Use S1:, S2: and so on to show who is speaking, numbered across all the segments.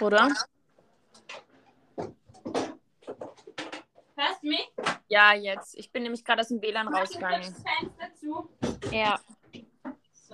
S1: oder?
S2: Hörst du mich?
S1: Ja, jetzt. Ich bin nämlich gerade aus dem WLAN
S2: Mach ich
S1: rausgegangen.
S2: das Fenster zu.
S1: Ja.
S2: So.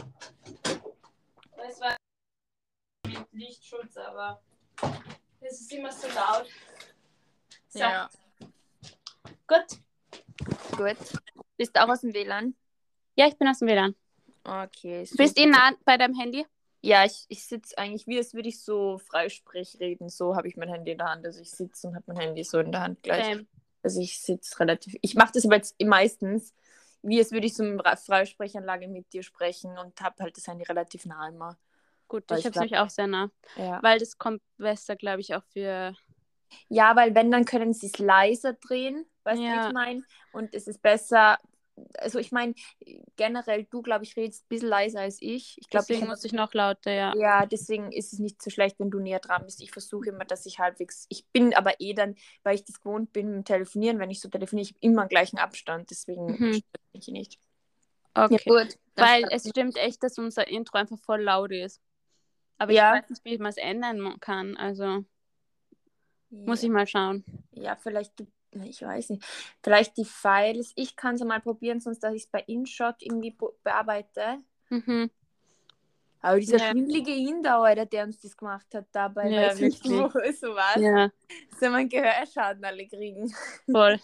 S2: Das war mit Lichtschutz, aber es ist immer so laut. So,
S1: Ja.
S2: gut.
S1: Gut. Bist du auch aus dem WLAN?
S2: Ja, ich bin aus dem WLAN.
S1: Okay, super.
S2: Bist du nah bei deinem Handy?
S1: Ja, ich sitze eigentlich, wie als würde ich so Freisprech reden. So habe ich mein Handy in der Hand. Also ich sitze und habe mein Handy so in der Hand gleich.
S2: Same.
S1: Also ich sitze relativ. Ich mache das aber jetzt meistens, wie als würde ich so in Freisprechanlage mit dir sprechen und habe halt das Handy relativ nah immer.
S2: Gut,
S1: Weil
S2: ich habe es
S1: glaub,
S2: nämlich auch sehr nah.
S1: ja.
S2: Weil das kommt besser, glaube ich, auch für...
S1: Ja, weil wenn, dann können sie es leiser drehen, weißt du, wie
S2: Ja.
S1: ich meine? Und es ist besser, also ich meine, generell, du, glaube ich, redest ein bisschen leiser als ich. Ich glaube,
S2: Deswegen muss ich noch lauter, ja.
S1: ja, deswegen ist es nicht so schlecht, wenn du näher dran bist. Ich versuche immer, dass ich halbwegs, ich bin aber dann, weil ich das gewohnt bin mit dem Telefonieren, wenn ich so telefoniere, ich habe immer gleichen Abstand, deswegen stört mich nicht.
S2: Okay.
S1: Ja, gut.
S2: Weil es stimmt echt, dass unser Intro einfach voll laut ist. Aber ich
S1: Ja.
S2: weiß nicht, wie man es ändern kann. Also muss
S1: Ja.
S2: ich mal schauen.
S1: Ja, vielleicht, ich weiß nicht, vielleicht die Files, ich kann es mal probieren, sonst dass ich es bei InShot irgendwie bearbeite.
S2: Mhm.
S1: Aber dieser
S2: Ja.
S1: schwindelige Inder, Alter, der uns das gemacht hat dabei,
S2: Ja,
S1: weiß nicht, wo
S2: wirklich.
S1: so was.
S2: Ja,
S1: Soll man Gehörschaden alle kriegen.
S2: voll.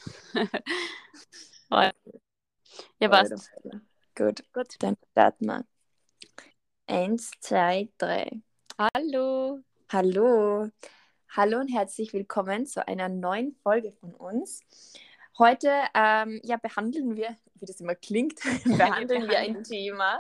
S2: Voll. Ja, passt.
S1: Gut,
S2: Gut.
S1: dann starten wir. 1, 2, 3.
S2: Hallo.
S1: Hallo. Hallo und herzlich willkommen zu einer neuen Folge von uns. Heute behandeln wir, wie das immer klingt, behandeln wir ein Thema,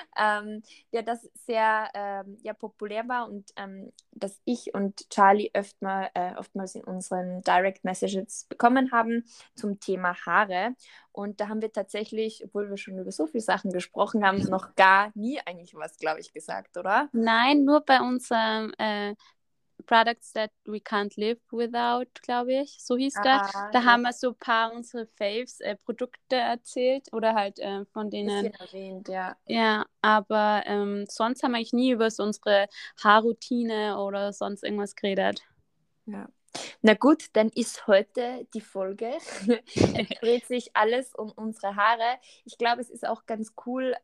S1: das sehr populär war und das ich und Charlie oftmals in unseren Direct Messages bekommen haben zum Thema Haare. Und da haben wir tatsächlich, obwohl wir schon über so viele Sachen gesprochen haben, noch gar nie eigentlich was, glaube ich, gesagt, oder?
S2: Nein, nur bei unserem Products that we can't live without, glaube ich. So hieß der. Da haben wir so ein paar unsere Faves Produkte erzählt oder halt von denen.
S1: Bisschen erwähnt, ja.
S2: Ja, aber sonst haben wir eigentlich nie über so unsere Haarroutine oder sonst irgendwas geredet.
S1: Ja. Na gut, dann ist heute die Folge. Es dreht sich alles um unsere Haare. Ich glaube, es ist auch ganz cool,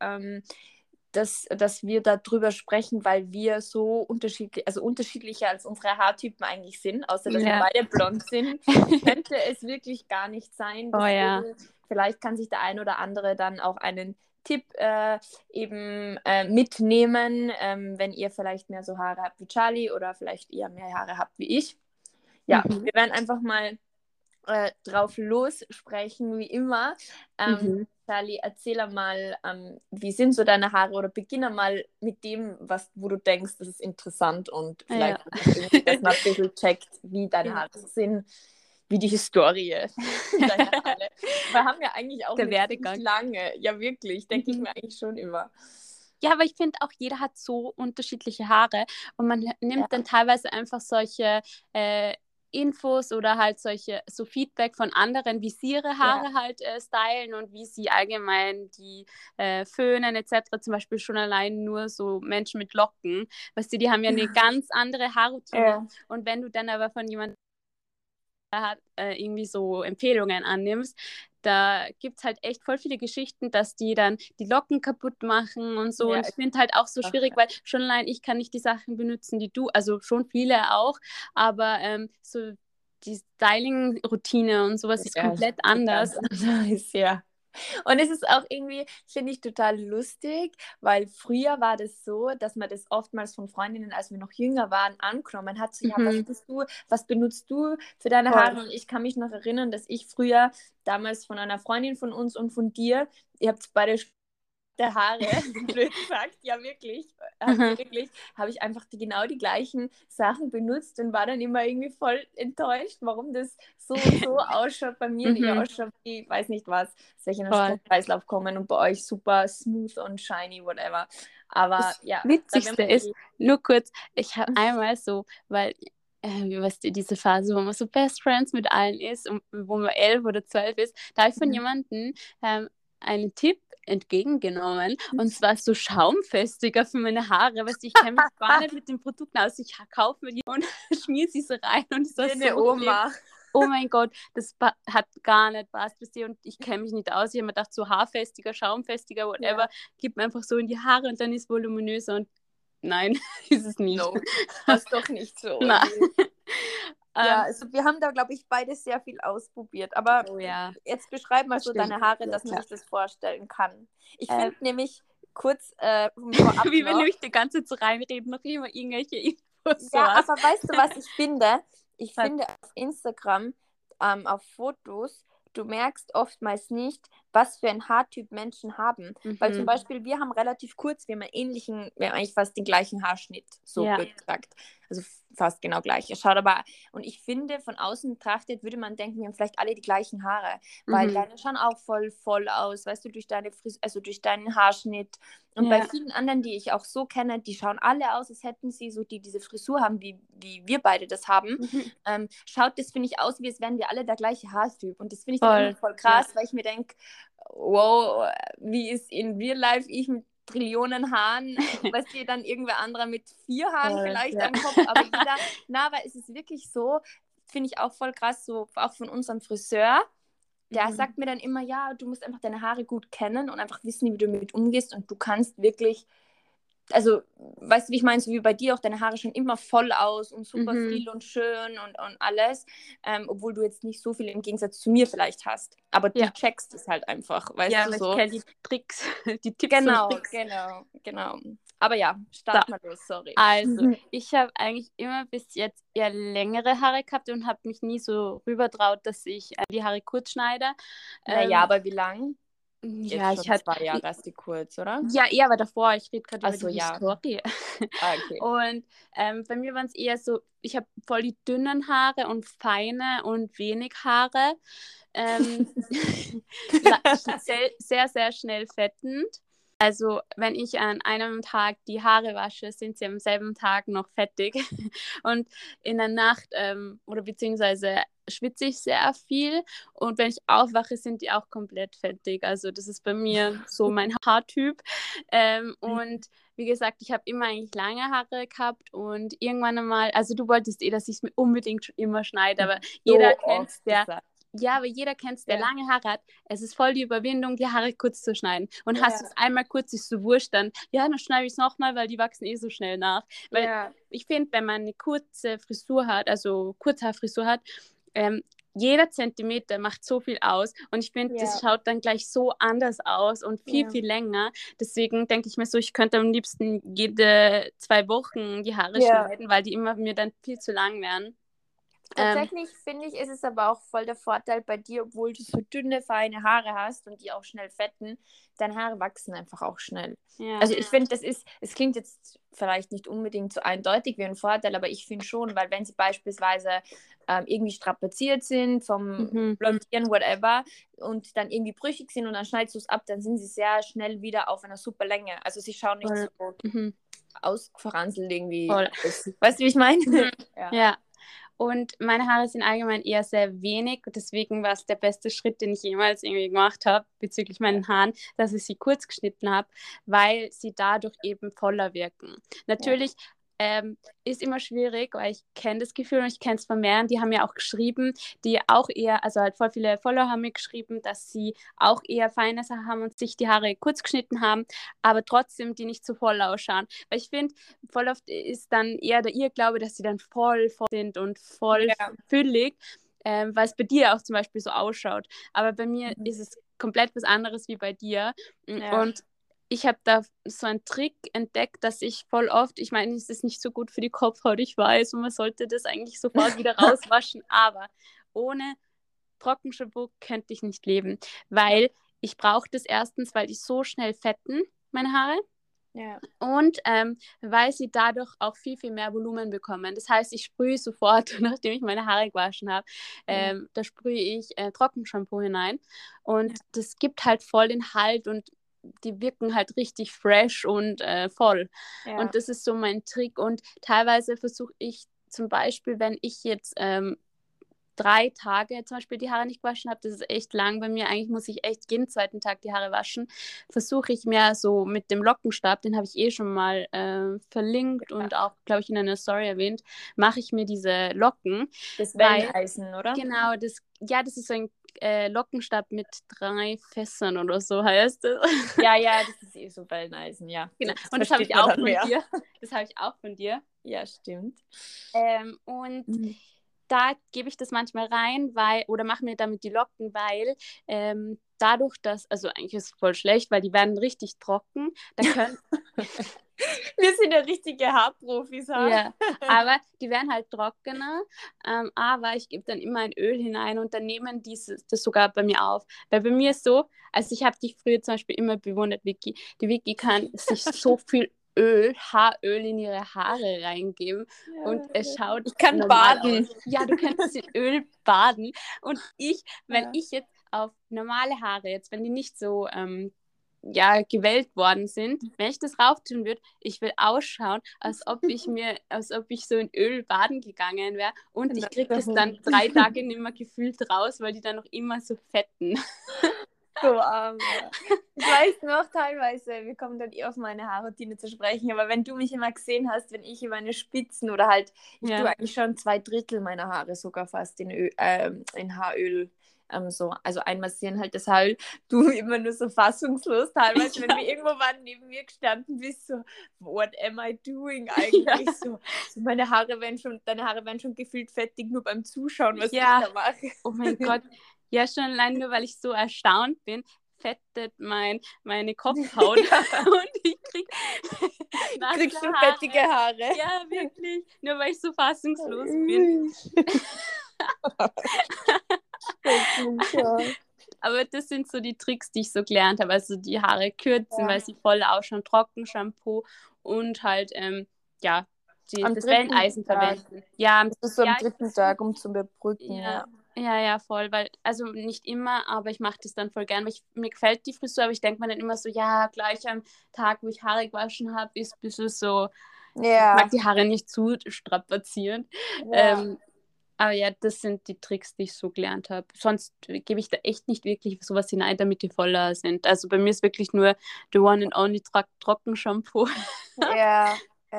S1: dass wir darüber sprechen, weil wir so unterschiedlicher als unsere Haartypen eigentlich sind, außer dass wir beide blond sind, könnte es wirklich gar nicht sein. Deswegen, vielleicht kann sich der ein oder andere dann auch einen Tipp mitnehmen, wenn ihr vielleicht mehr so Haare habt wie Charlie oder vielleicht eher mehr Haare habt wie ich. Ja, wir werden einfach mal drauf lossprechen, wie immer. Charlie, erzähl mal, wie sind so deine Haare oder beginne mal mit dem, wo du denkst, das ist interessant und vielleicht, dass man ein bisschen checkt, wie deine Haare sind, wie die Historie deiner Haare. Wir haben ja eigentlich auch nicht lange, ja wirklich, denke ich mir eigentlich schon immer.
S2: Ja, aber ich finde auch, jeder hat so unterschiedliche Haare und man nimmt dann teilweise einfach solche Infos oder halt so Feedback von anderen, wie sie ihre Haare halt stylen und wie sie allgemein die föhnen etc. Zum Beispiel schon allein nur so Menschen mit Locken. Weißt du, die haben ja eine ganz andere Haarroutine. Und wenn du dann aber von jemandem irgendwie so Empfehlungen annimmst, da gibt es halt echt voll viele Geschichten, dass die dann die Locken kaputt machen und so. Und ich finde halt auch so schwierig, weil schon allein ich kann nicht die Sachen benutzen, die du, also schon viele auch, aber so die Styling-Routine und sowas ist komplett anders.
S1: Ja. Und es ist auch irgendwie, finde ich, total lustig, weil früher war das so, dass man das oftmals von Freundinnen, als wir noch jünger waren, angenommen hat. So, ja, was benutzt du für deine Haare? Und ich kann mich noch erinnern, dass ich früher damals von einer Freundin von uns und von dir, ihr habt beide der Haare, blöd gesagt, ja wirklich, habe ich einfach genau die gleichen Sachen benutzt und war dann immer irgendwie voll enttäuscht, warum das so und so ausschaut, bei mir nicht ausschaut, wie, weiß nicht was, dass ich in einen Stromkreislauf kommen und bei euch super smooth und shiny, whatever. Aber das
S2: Witzigste ist, nur kurz, ich habe einmal so, weil weißt du, diese Phase, wo man so Best Friends mit allen ist und wo man 11 oder 12 ist, da habe ich von jemandem einen Tipp entgegengenommen und zwar so schaumfestiger für meine Haare, weißt du, ich kenne mich gar nicht mit den Produkten aus, ich kaufe mir die und schmier sie so rein und es war
S1: Wie
S2: so
S1: eine Oma.
S2: schlimm. Oh mein Gott, das hat gar nicht passt, wisst ihr, und ich kenne mich nicht aus, ich habe mir gedacht, so haarfestiger, schaumfestiger, whatever, gib mir einfach so in die Haare und dann ist es voluminöser und nein, ist es nicht.
S1: No, das ist doch nicht so.
S2: Nein.
S1: Ja, also wir haben da, glaube ich, beide sehr viel ausprobiert. Aber jetzt beschreib mal so deine Haare, dass man sich das vorstellen kann. Ich finde nämlich kurz vorab
S2: wie wenn
S1: noch,
S2: ich die ganze Zeit reinreden, noch immer irgendwelche Infos.
S1: ja, aber weißt du, was ich finde? Ich finde auf Instagram, auf Fotos, du merkst oftmals nicht, was für ein Haartyp Menschen haben. Weil zum Beispiel wir haben relativ kurz, wir haben eigentlich fast den gleichen Haarschnitt, so blöd gesagt. Also fast genau gleich. Es schaut aber, und ich finde, von außen betrachtet würde man denken, wir haben vielleicht alle die gleichen Haare. Weil deine schauen auch voll aus, weißt du, durch durch deinen Haarschnitt. Und bei vielen anderen, die ich auch so kenne, die schauen alle aus, als hätten sie so diese Frisur haben, wie wir beide das haben. Schaut das, finde ich, aus, wie als wären wir alle der gleiche Haartyp. Und das finde ich dann immer voll krass, weil ich mir denke, wow, wie ist in Real Life ich mit Trillionen Haaren, weißt du, dann irgendwer anderer mit 4 Haaren vielleicht am Kopf, aber weil es ist wirklich so, finde ich auch voll krass, so auch von unserem Friseur, der sagt mir dann immer, ja, du musst einfach deine Haare gut kennen und einfach wissen, wie du damit umgehst und du kannst wirklich, also, weißt du, wie ich meine, so wie bei dir auch, deine Haare schon immer voll aus und super viel und schön und alles, obwohl du jetzt nicht so viel im Gegensatz zu mir vielleicht hast. Aber du checkst es halt einfach, weißt du so.
S2: Ja, ich kenne die Tricks, die Tipps
S1: und
S2: Tricks.
S1: Genau. Aber ja, start mal los, sorry.
S2: Also, ich habe eigentlich immer bis jetzt eher längere Haare gehabt und habe mich nie so rübertraut, dass ich die Haare kurz schneide.
S1: Naja, aber wie lang?
S2: Ja,
S1: ich hatte 2 Jahre erst die kurz, oder?
S2: Ja, eher aber davor. Ich rede gerade über die
S1: ja.
S2: Historie.
S1: Okay.
S2: Und bei mir waren es eher so, ich habe voll die dünnen Haare und feine und wenig Haare. Sehr, sehr schnell fettend. Also wenn ich an einem Tag die Haare wasche, sind sie am selben Tag noch fettig. Und in der Nacht oder beziehungsweise schwitze ich sehr viel. Und wenn ich aufwache, sind die auch komplett fettig. Also das ist bei mir so mein Haartyp. Und wie gesagt, ich habe immer eigentlich lange Haare gehabt und irgendwann einmal, also du wolltest dass ich es mir unbedingt immer schneide, aber jeder kennt es, der lange Haare hat. Es ist voll die Überwindung, die Haare kurz zu schneiden. Und hast du es einmal kurz, ist so wurscht, dann schneide ich es nochmal, weil die wachsen so schnell nach. Weil ich finde, wenn man eine kurze Frisur hat, also Kurzhaarfrisur hat, jeder Zentimeter macht so viel aus und ich finde, das schaut dann gleich so anders aus und viel, viel länger. Deswegen denke ich mir so, ich könnte am liebsten jede 2 Wochen die Haare schneiden, weil die immer mir dann viel zu lang wären.
S1: Tatsächlich finde ich, ist es aber auch voll der Vorteil bei dir, obwohl du so dünne, feine Haare hast und die auch schnell fetten, deine Haare wachsen einfach auch schnell. Ja. Also ich finde, es klingt jetzt vielleicht nicht unbedingt so eindeutig wie ein Vorteil, aber ich finde schon, weil wenn sie beispielsweise irgendwie strapaziert sind vom Blondieren, whatever, und dann irgendwie brüchig sind und dann schneidest du es ab, dann sind sie sehr schnell wieder auf einer super Länge. Also sie schauen nicht so ausgeranzelt irgendwie. Weißt du, wie ich meine?
S2: Ja. Und meine Haare sind allgemein eher sehr wenig. Deswegen war es der beste Schritt, den ich jemals irgendwie gemacht habe bezüglich meinen Haaren, dass ich sie kurz geschnitten habe, weil sie dadurch eben voller wirken. Natürlich ist immer schwierig, weil ich kenne das Gefühl und ich kenne es von mehreren, die haben mir auch geschrieben, die auch eher, also halt voll viele Follower haben mir geschrieben, dass sie auch eher feine Sachen haben und sich die Haare kurz geschnitten haben, aber trotzdem die nicht so voll ausschauen. Weil ich finde, voll oft ist dann eher der Irrglaube, dass sie dann voll sind und voll füllig, weil es bei dir auch zum Beispiel so ausschaut. Aber bei mir ist es komplett was anderes wie bei dir. Und ich habe da so einen Trick entdeckt, dass ich voll oft, ich meine, es ist nicht so gut für die Kopfhaut, ich weiß, und man sollte das eigentlich sofort wieder rauswaschen, aber ohne Trockenshampoo könnte ich nicht leben, weil ich brauche das erstens, weil die so schnell fetten, meine Haare. Ja. Und weil sie dadurch auch viel, viel mehr Volumen bekommen. Das heißt, ich sprühe sofort, nachdem ich meine Haare gewaschen habe, da sprühe ich Trockenshampoo hinein und das gibt halt voll den Halt und die wirken halt richtig fresh und voll. Ja. Und das ist so mein Trick. Und teilweise versuche ich zum Beispiel, wenn ich jetzt 3 Tage zum Beispiel die Haare nicht gewaschen habe, das ist echt lang bei mir. Eigentlich muss ich echt jeden zweiten Tag die Haare waschen. Versuche ich mir so mit dem Lockenstab, den habe ich eh schon mal verlinkt und auch, glaube ich, in einer Story erwähnt, mache ich mir diese Locken.
S1: Das
S2: Weil,
S1: Welleneisen, oder?
S2: genau, das ist so ein Lockenstab mit 3 Fässern oder so heißt es.
S1: Ja, das ist eh so Welleneisen, ja.
S2: Genau.
S1: Das
S2: Und das habe
S1: versteht
S2: ich
S1: man
S2: auch
S1: dann
S2: von
S1: mehr.
S2: dir. Das habe ich auch von dir.
S1: Ja, stimmt.
S2: Und da gebe ich das manchmal rein, oder mache mir damit die Locken, weil dadurch, dass, also eigentlich ist es voll schlecht, weil die werden richtig trocken. Da können,
S1: Wir sind ja richtige Haarprofis, ha?
S2: ja, aber die werden halt trockener. Aber ich gebe dann immer ein Öl hinein und dann nehmen das sogar bei mir auf. Weil bei mir ist so, also ich habe dich früher zum Beispiel immer bewundert, Vicky. Die Vicky kann sich so viel Haaröl in ihre Haare reingeben und es schaut
S1: Ich kann
S2: normal
S1: baden.
S2: aus. Ja, du kannst in Öl baden. Und wenn
S1: Ja.
S2: ich jetzt auf normale Haare, jetzt wenn die nicht so gewellt worden sind, wenn ich das rauf tun würde, ich will ausschauen, als ob ich so in Öl baden gegangen wäre und ich kriege das dann 3 Tage nicht mehr gefühlt raus, weil die dann noch immer so fetten.
S1: So arm, ja. Ich weiß noch teilweise, wir kommen dann auf meine Haarroutine zu sprechen, aber wenn du mich immer gesehen hast, wenn ich meine Spitzen oder halt, ich tue eigentlich schon 2/3 meiner Haare sogar fast in Haaröl so, also einmassieren halt das Haar, du immer nur so fassungslos teilweise, wenn wir irgendwo waren, neben mir gestanden bist, so, what am I doing eigentlich? So deine Haare werden schon gefühlt fettig, nur beim Zuschauen, was ich da mache.
S2: Oh mein Gott. Ja, schon allein nur, weil ich so erstaunt bin, fettet meine Kopfhaut und ich
S1: krieg schon fettige Haare.
S2: Ja, wirklich. Nur weil ich so fassungslos bin. Aber das sind so die Tricks, die ich so gelernt habe. Also die Haare kürzen, weil sie voll ausschauen, Trockenshampoo und halt, das Welleneisen verwenden. Ja,
S1: das ist so am 3. Tag, um zu überbrücken, ja.
S2: Ja, voll, weil, also nicht immer, aber ich mache das dann voll gern, weil mir gefällt die Frisur, aber ich denke mir dann immer so, ja, gleich am Tag, wo ich Haare gewaschen habe, ist ein bisschen so, ich mag die Haare nicht zu strapazieren.
S1: Ja.
S2: Aber ja, das sind die Tricks, die ich so gelernt habe. Sonst gebe ich da echt nicht wirklich sowas hinein, damit die voller sind. Also bei mir ist wirklich nur the one and only Trockenshampoo.
S1: Ja.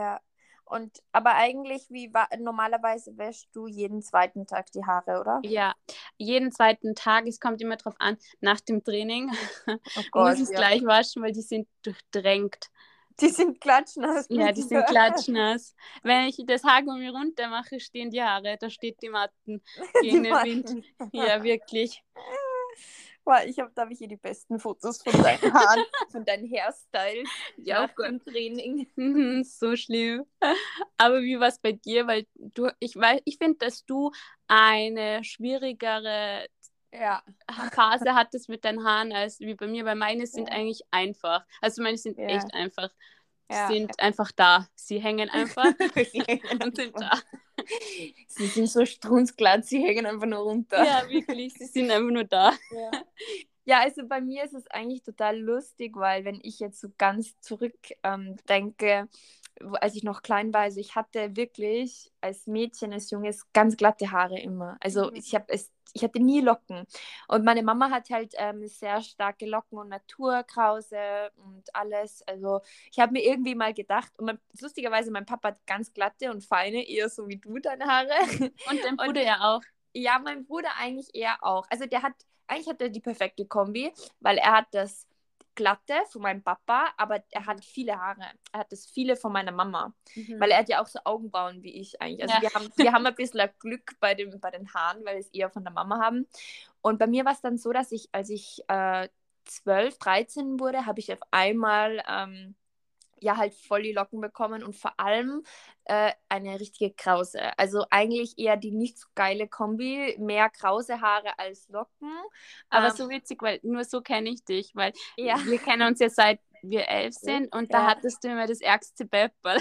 S1: Aber eigentlich, normalerweise wäschst du jeden 2. Tag die Haare, oder?
S2: Ja, jeden 2. Tag, es kommt immer drauf an, nach dem Training
S1: Oh Gott,
S2: muss ich es gleich waschen, weil die sind durchdrängt.
S1: Die sind klatschnass.
S2: Ja, die sind klatschnass. Wenn ich das Haargummi runter mache, stehen die Haare, da steht die Matten gegen den Wind. Ja, wirklich.
S1: Da habe ich hier die besten Fotos von deinen Haaren, von deinen Hairstyles nach dem Training.
S2: So schlimm. Aber wie war es bei dir? Weil ich finde, dass du eine schwierigere Phase hattest mit deinen Haaren als wie bei mir, weil meine sind eigentlich einfach. Also meine sind echt einfach. Die sind einfach da. Sie hängen einfach und sind da.
S1: Sie sind so strunzglatt, sie hängen einfach nur runter.
S2: Ja, wirklich, sie sind einfach nur da.
S1: Ja, also bei mir ist es eigentlich total lustig, weil wenn ich jetzt so ganz zurück denke, als ich noch klein war, also ich hatte wirklich als Mädchen, als Junges ganz glatte Haare immer. Also ich hatte nie Locken. Und meine Mama hat halt sehr starke Locken und Naturkrause und alles. Also ich habe mir irgendwie mal gedacht, und lustigerweise, mein Papa hat ganz glatte und feine, eher so wie du deine Haare.
S2: Und dein Bruder ja auch.
S1: Ja, mein Bruder eigentlich eher auch. Also eigentlich hat er die perfekte Kombi, weil er hat das glatte von meinem Papa, aber er hat viele Haare. Er hat das viele von meiner Mama, weil er hat ja auch so Augenbrauen wie ich eigentlich. Also wir haben ein bisschen Glück bei den Haaren, weil wir es eher von der Mama haben. Und bei mir war es dann so, dass als ich 12, 13 wurde, habe ich auf einmal halt voll die Locken bekommen und vor allem eine richtige Krause. Also eigentlich eher die nicht so geile Kombi, mehr krause Haare als Locken.
S2: Aber so witzig, weil nur so kenne ich dich, weil wir kennen uns ja seit wir 11 sind und da hattest du immer das ärgste Pepperl.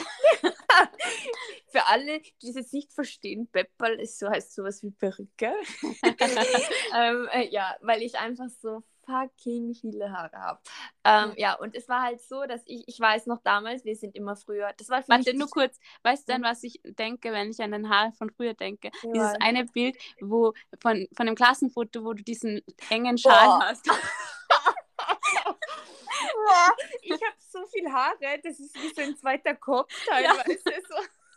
S1: Für alle, die das jetzt nicht verstehen, Pepperl heißt sowas wie Perücke. Weil ich einfach so fucking viele Haare habe. Ja, und es war halt so, dass ich weiß noch damals, wir sind immer früher, das war für mich...
S2: Warte, nur kurz, weißt du denn, was ich denke, wenn ich an den Haare von früher denke? Dieses
S1: was?
S2: eine Bild, wo von dem Klassenfoto, wo du diesen engen Schal
S1: Boah.
S2: hast.
S1: Boah, ich habe so viel Haare, das ist wie so ein zweiter Kopf teilweise. So.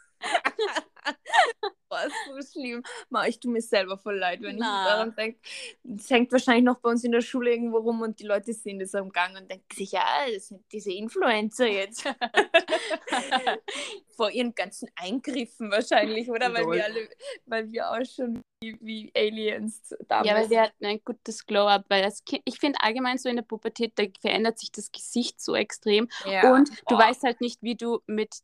S1: Boah, ist so schlimm. Ma, ich tue mir selber voll leid, wenn ich daran denke. Es hängt wahrscheinlich noch bei uns in der Schule irgendwo rum und die Leute sehen das am Gang und denken sich, ja, das sind diese Influencer jetzt. Vor ihren ganzen Eingriffen wahrscheinlich, oder? Weil wir auch schon wie Aliens damals.
S2: Ja, weil wir hatten ein gutes Glow-Up, weil als Kind, ich finde allgemein so in der Pubertät, da verändert sich das Gesicht so extrem und du weißt halt nicht, wie du mit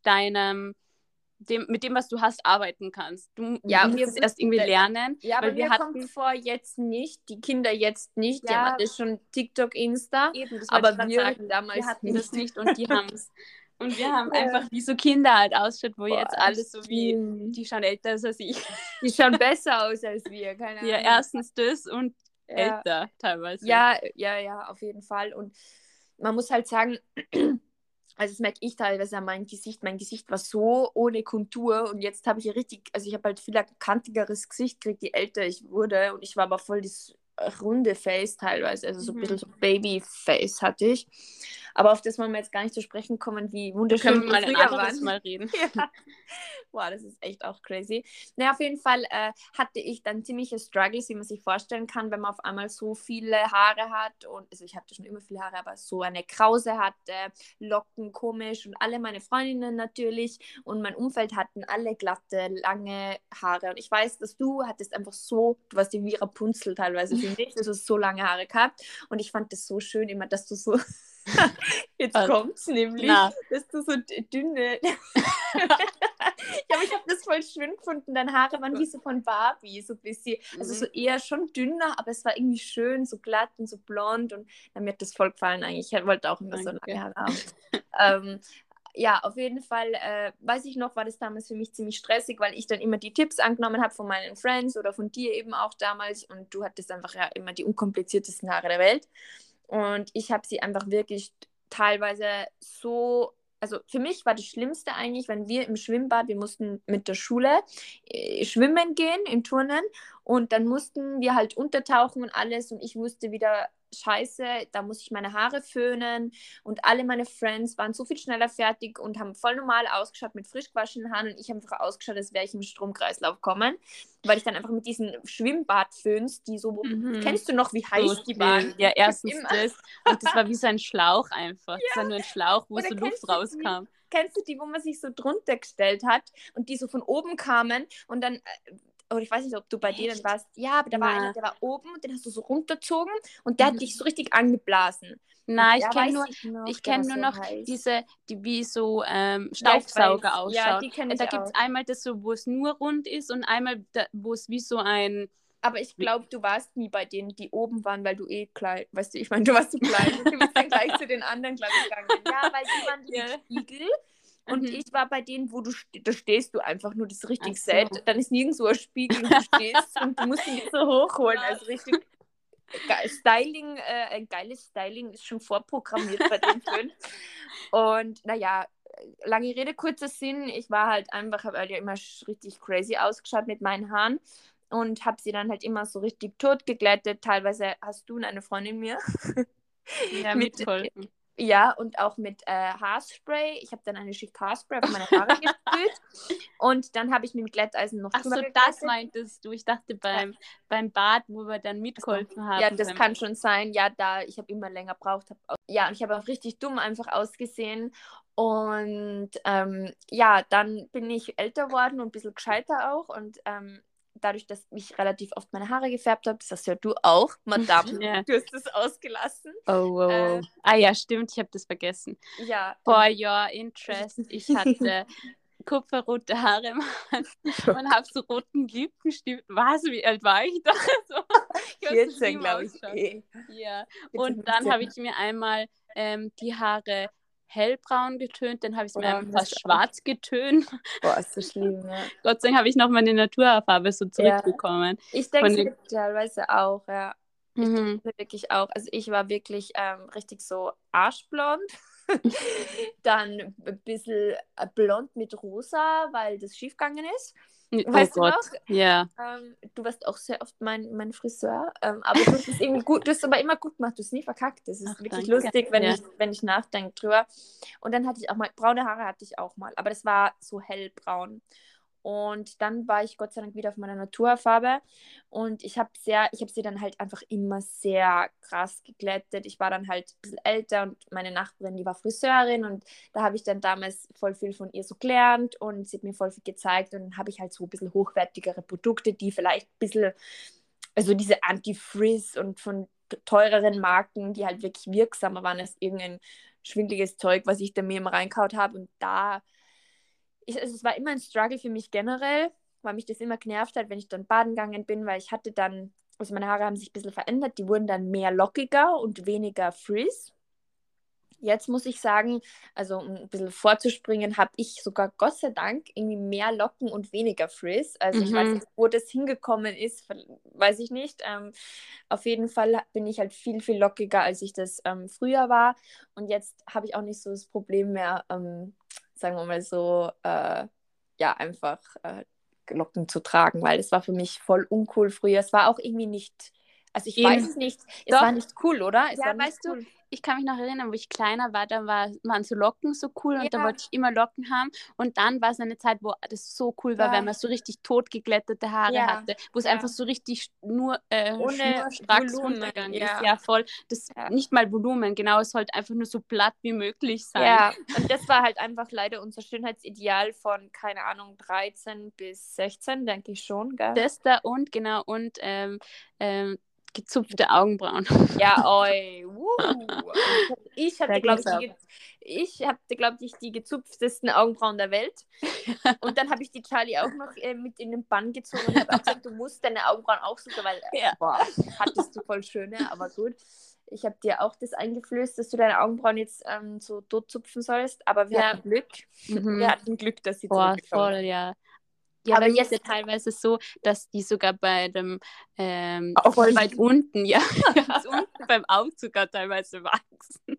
S2: dem, was du hast, arbeiten kannst. Du musst es erst irgendwie lernen.
S1: Ja, aber mir kommt vor, jetzt nicht, die Kinder jetzt nicht, die haben alles schon TikTok, Insta,
S2: eben, das
S1: aber
S2: wir
S1: sagen, damals
S2: wir hatten das nicht und die haben es. Und wir haben einfach wie so Kinder halt ausschaut, wo jetzt alles so wie, die schauen älter als ich.
S1: Die schauen besser aus als wir, keine Ahnung.
S2: Ja, erstens das und älter teilweise.
S1: Ja, auf jeden Fall. Und man muss halt sagen, also das merke ich teilweise an meinem Gesicht. Mein Gesicht war so ohne Kontur und jetzt habe ich ich habe halt viel kantigeres Gesicht gekriegt, je älter ich wurde und ich war aber voll das runde Face teilweise, also so ein bisschen so Babyface hatte ich. Aber auf das wollen wir jetzt gar nicht zu sprechen kommen, wie wunderschön wir früher waren.
S2: Mal reden.
S1: Ja. Boah, das ist echt auch crazy. Naja, auf jeden Fall hatte ich dann ziemliche Struggles, wie man sich vorstellen kann, wenn man auf einmal so viele Haare hat und, also ich hatte schon immer viele Haare, aber so eine Krause hatte, Locken komisch und alle meine Freundinnen natürlich und mein Umfeld hatten alle glatte, lange Haare und ich weiß, dass du hattest einfach so, du warst wie Rapunzel teilweise, finde ich, du hast so lange Haare gehabt und ich fand das so schön immer, dass du so jetzt kommt's nämlich, dass du so dünne ja, aber ich habe das voll schön gefunden. Deine Haare waren wie so von Barbie, so ein bisschen. Also so eher schon dünner, aber es war irgendwie schön, so glatt und so blond. Und mir hat das voll gefallen eigentlich. Ich wollte auch immer so lange Haare haben. Ja, auf jeden Fall, weiß ich noch, war das damals für mich ziemlich stressig, weil ich dann immer die Tipps angenommen habe von meinen Friends oder von dir eben auch damals. Und du hattest einfach ja immer die unkompliziertesten Haare der Welt. Und ich habe sie einfach wirklich teilweise so... Also für mich war das Schlimmste eigentlich, wenn wir im Schwimmbad, wir mussten mit der Schule schwimmen gehen, im Turnen und dann mussten wir halt untertauchen und alles und ich wusste wieder, scheiße, da muss ich meine Haare föhnen und alle meine Friends waren so viel schneller fertig und haben voll normal ausgeschaut mit frisch gewaschenen Haaren und ich habe einfach ausgeschaut, als wäre ich im Stromkreislauf kommen, weil ich dann einfach mit diesen Schwimmbadföhns, die so, kennst du noch, wie heiß
S2: so
S1: die waren?
S2: Ja, erstens das und das war wie so ein Schlauch einfach, das war nur ein Schlauch, wo so Luft rauskam.
S1: Kennst du die, wo man sich so drunter gestellt hat und die so von oben kamen und dann... Oder ich weiß nicht, ob du bei denen warst. Ja, aber da war einer, der war oben und den hast du so runtergezogen und der hat dich so richtig angeblasen.
S2: Nein, ich kenne nur noch diese, die wie so Staubsauger ausschauen.
S1: Ja, die kenne ich
S2: Da gibt es einmal das so, wo es nur rund ist und einmal, wo es wie so ein...
S1: Aber ich glaube, du warst nie bei denen, die oben waren, weil du klein, weißt du, ich meine, du warst so klein und du bist dann gleich zu den anderen, glaube ich, gegangen. Ja, weil die waren die Spiegel. Und ich war bei denen, wo da stehst du einfach nur das richtige Set. Dann ist nirgendwo ein Spiegel und du stehst und du musst ihn nicht so hochholen. Also richtig Styling, ein geiles Styling ist schon vorprogrammiert bei den Filmen. Und naja, lange Rede, kurzer Sinn. Ich war halt einfach, habe halt ja immer richtig crazy ausgeschaut mit meinen Haaren. Und habe sie dann halt immer so richtig tot geglättet. Teilweise hast du eine Freundin mir.
S2: Ja, mitgeholfen.
S1: Ja, und auch mit Haarspray. Ich habe dann eine Schicht Haarspray auf meine Haare gesprüht. Und dann habe ich mit dem Glätteisen noch drüber geglättet.
S2: Das meintest du. Ich dachte beim Bad, wo wir dann mitgeholfen haben.
S1: Ja, das kann schon sein. Ja, ich habe immer länger gebraucht. Ja, und ich habe auch richtig dumm einfach ausgesehen. Und ja, dann bin ich älter worden und ein bisschen gescheiter auch. Und dadurch, dass ich relativ oft meine Haare gefärbt habe, das hast ja du auch, Madame,
S2: ja.
S1: Du hast es ausgelassen.
S2: Oh. Ja, stimmt, ich habe das vergessen.
S1: Ja.
S2: For your interest, ich hatte kupferrote Haare und habe so roten Lippenstift. Was, wie alt war ich da? So,
S1: 14, glaube ich.
S2: Ja. Und dann habe ich mir einmal die Haare hellbraun getönt, dann habe ich es mir fast schwarz getönt.
S1: Boah, ist so schlimm, ja.
S2: Gott sei Dank habe ich noch meine Naturhaarfarbe so zurückbekommen.
S1: Ja. Ich denke teilweise auch, ja. Ich
S2: Mhm.
S1: dachte wirklich auch, also ich war wirklich richtig so arschblond. Dann ein bisschen blond mit rosa, weil das schiefgegangen ist.
S2: Oh
S1: Weißt du
S2: Gott,
S1: noch?
S2: ja.
S1: Du warst auch sehr oft mein Friseur, aber du hast es irgendwie gut, du hast es aber immer gut gemacht, du hast es nie verkackt. Das ist
S2: Ach,
S1: wirklich
S2: danke.
S1: lustig,
S2: Ja.
S1: wenn ich nachdenke drüber. Und dann hatte ich auch mal, braune Haare hatte ich auch mal, aber das war so hellbraun. Und dann war ich Gott sei Dank wieder auf meiner Naturfarbe und ich habe sie dann halt einfach immer sehr krass geglättet. Ich war dann halt ein bisschen älter und meine Nachbarin, die war Friseurin und da habe ich dann damals voll viel von ihr so gelernt und sie hat mir voll viel gezeigt und dann habe ich halt so ein bisschen hochwertigere Produkte, die vielleicht ein bisschen, also diese Anti-Frizz und von teureren Marken, die halt wirklich wirksamer waren als irgendein schwindeliges Zeug, was ich da mir immer reinkaut habe und also es war immer ein Struggle für mich generell, weil mich das immer genervt hat, wenn ich dann baden gegangen bin, weil ich hatte dann, also meine Haare haben sich ein bisschen verändert, die wurden dann mehr lockiger und weniger frizz. Jetzt muss ich sagen, also um ein bisschen vorzuspringen, habe ich sogar Gott sei Dank irgendwie mehr Locken und weniger Frizz. Also ich weiß
S2: Mhm.
S1: nicht, wo das hingekommen ist, weiß ich nicht. Auf jeden Fall bin ich halt viel, viel lockiger, als ich das früher war. Und jetzt habe ich auch nicht so das Problem mehr, sagen wir mal so, ja, einfach Locken zu tragen, weil es war für mich voll uncool früher. Es war auch irgendwie nicht, also ich weiß
S2: Eben.
S1: es nicht, es war
S2: Doch,
S1: nicht cool, oder? Es war
S2: ja,
S1: nicht
S2: weißt du,
S1: cool.
S2: ich kann mich noch erinnern, wo ich kleiner war, da waren so Locken so cool und da
S1: Ja,
S2: wollte ich immer Locken haben. Und dann war es eine Zeit, wo das so cool war, wenn
S1: ja,
S2: man so richtig totgeglättete Haare
S1: ja,
S2: hatte, wo es einfach
S1: ja.
S2: so richtig nur
S1: Ohne
S2: schnurstracks
S1: Volumen,
S2: runtergegangen ist.
S1: ja.
S2: Ja, voll. Das
S1: Ja.
S2: nicht mal Volumen, genau, es sollte einfach nur so platt wie möglich sein.
S1: Ja, und das war halt einfach leider unser Schönheitsideal von, keine Ahnung, 13 bis 16, denke ich schon, gell?
S2: Das da und genau und gezupfte Augenbrauen.
S1: Ja, oi, und ich
S2: Da
S1: hatte, glaube
S2: ging's
S1: ich,
S2: ab.
S1: die gezupftesten Augenbrauen der Welt. Und dann habe ich die Charlie auch noch mit in den Bann gezogen und habe auch gesagt, du musst deine Augenbrauen auch sogar, weil,
S2: Ja.
S1: boah, hattest du voll schöne, aber gut. Ich habe dir auch das eingeflößt, dass du deine Augenbrauen jetzt so tot zupfen sollst, aber wir
S2: Ja.
S1: hatten Glück. Wir
S2: Mhm.
S1: hatten Glück, dass sie
S2: Boah,
S1: zurückgekommen
S2: voll,
S1: sind.
S2: ja. Ja,
S1: Aber
S2: bei mir ist ja
S1: jetzt
S2: teilweise so, dass die sogar bei dem voll
S1: auch.
S2: weit unten, ja, ganz unten beim Auge sogar teilweise wachsen.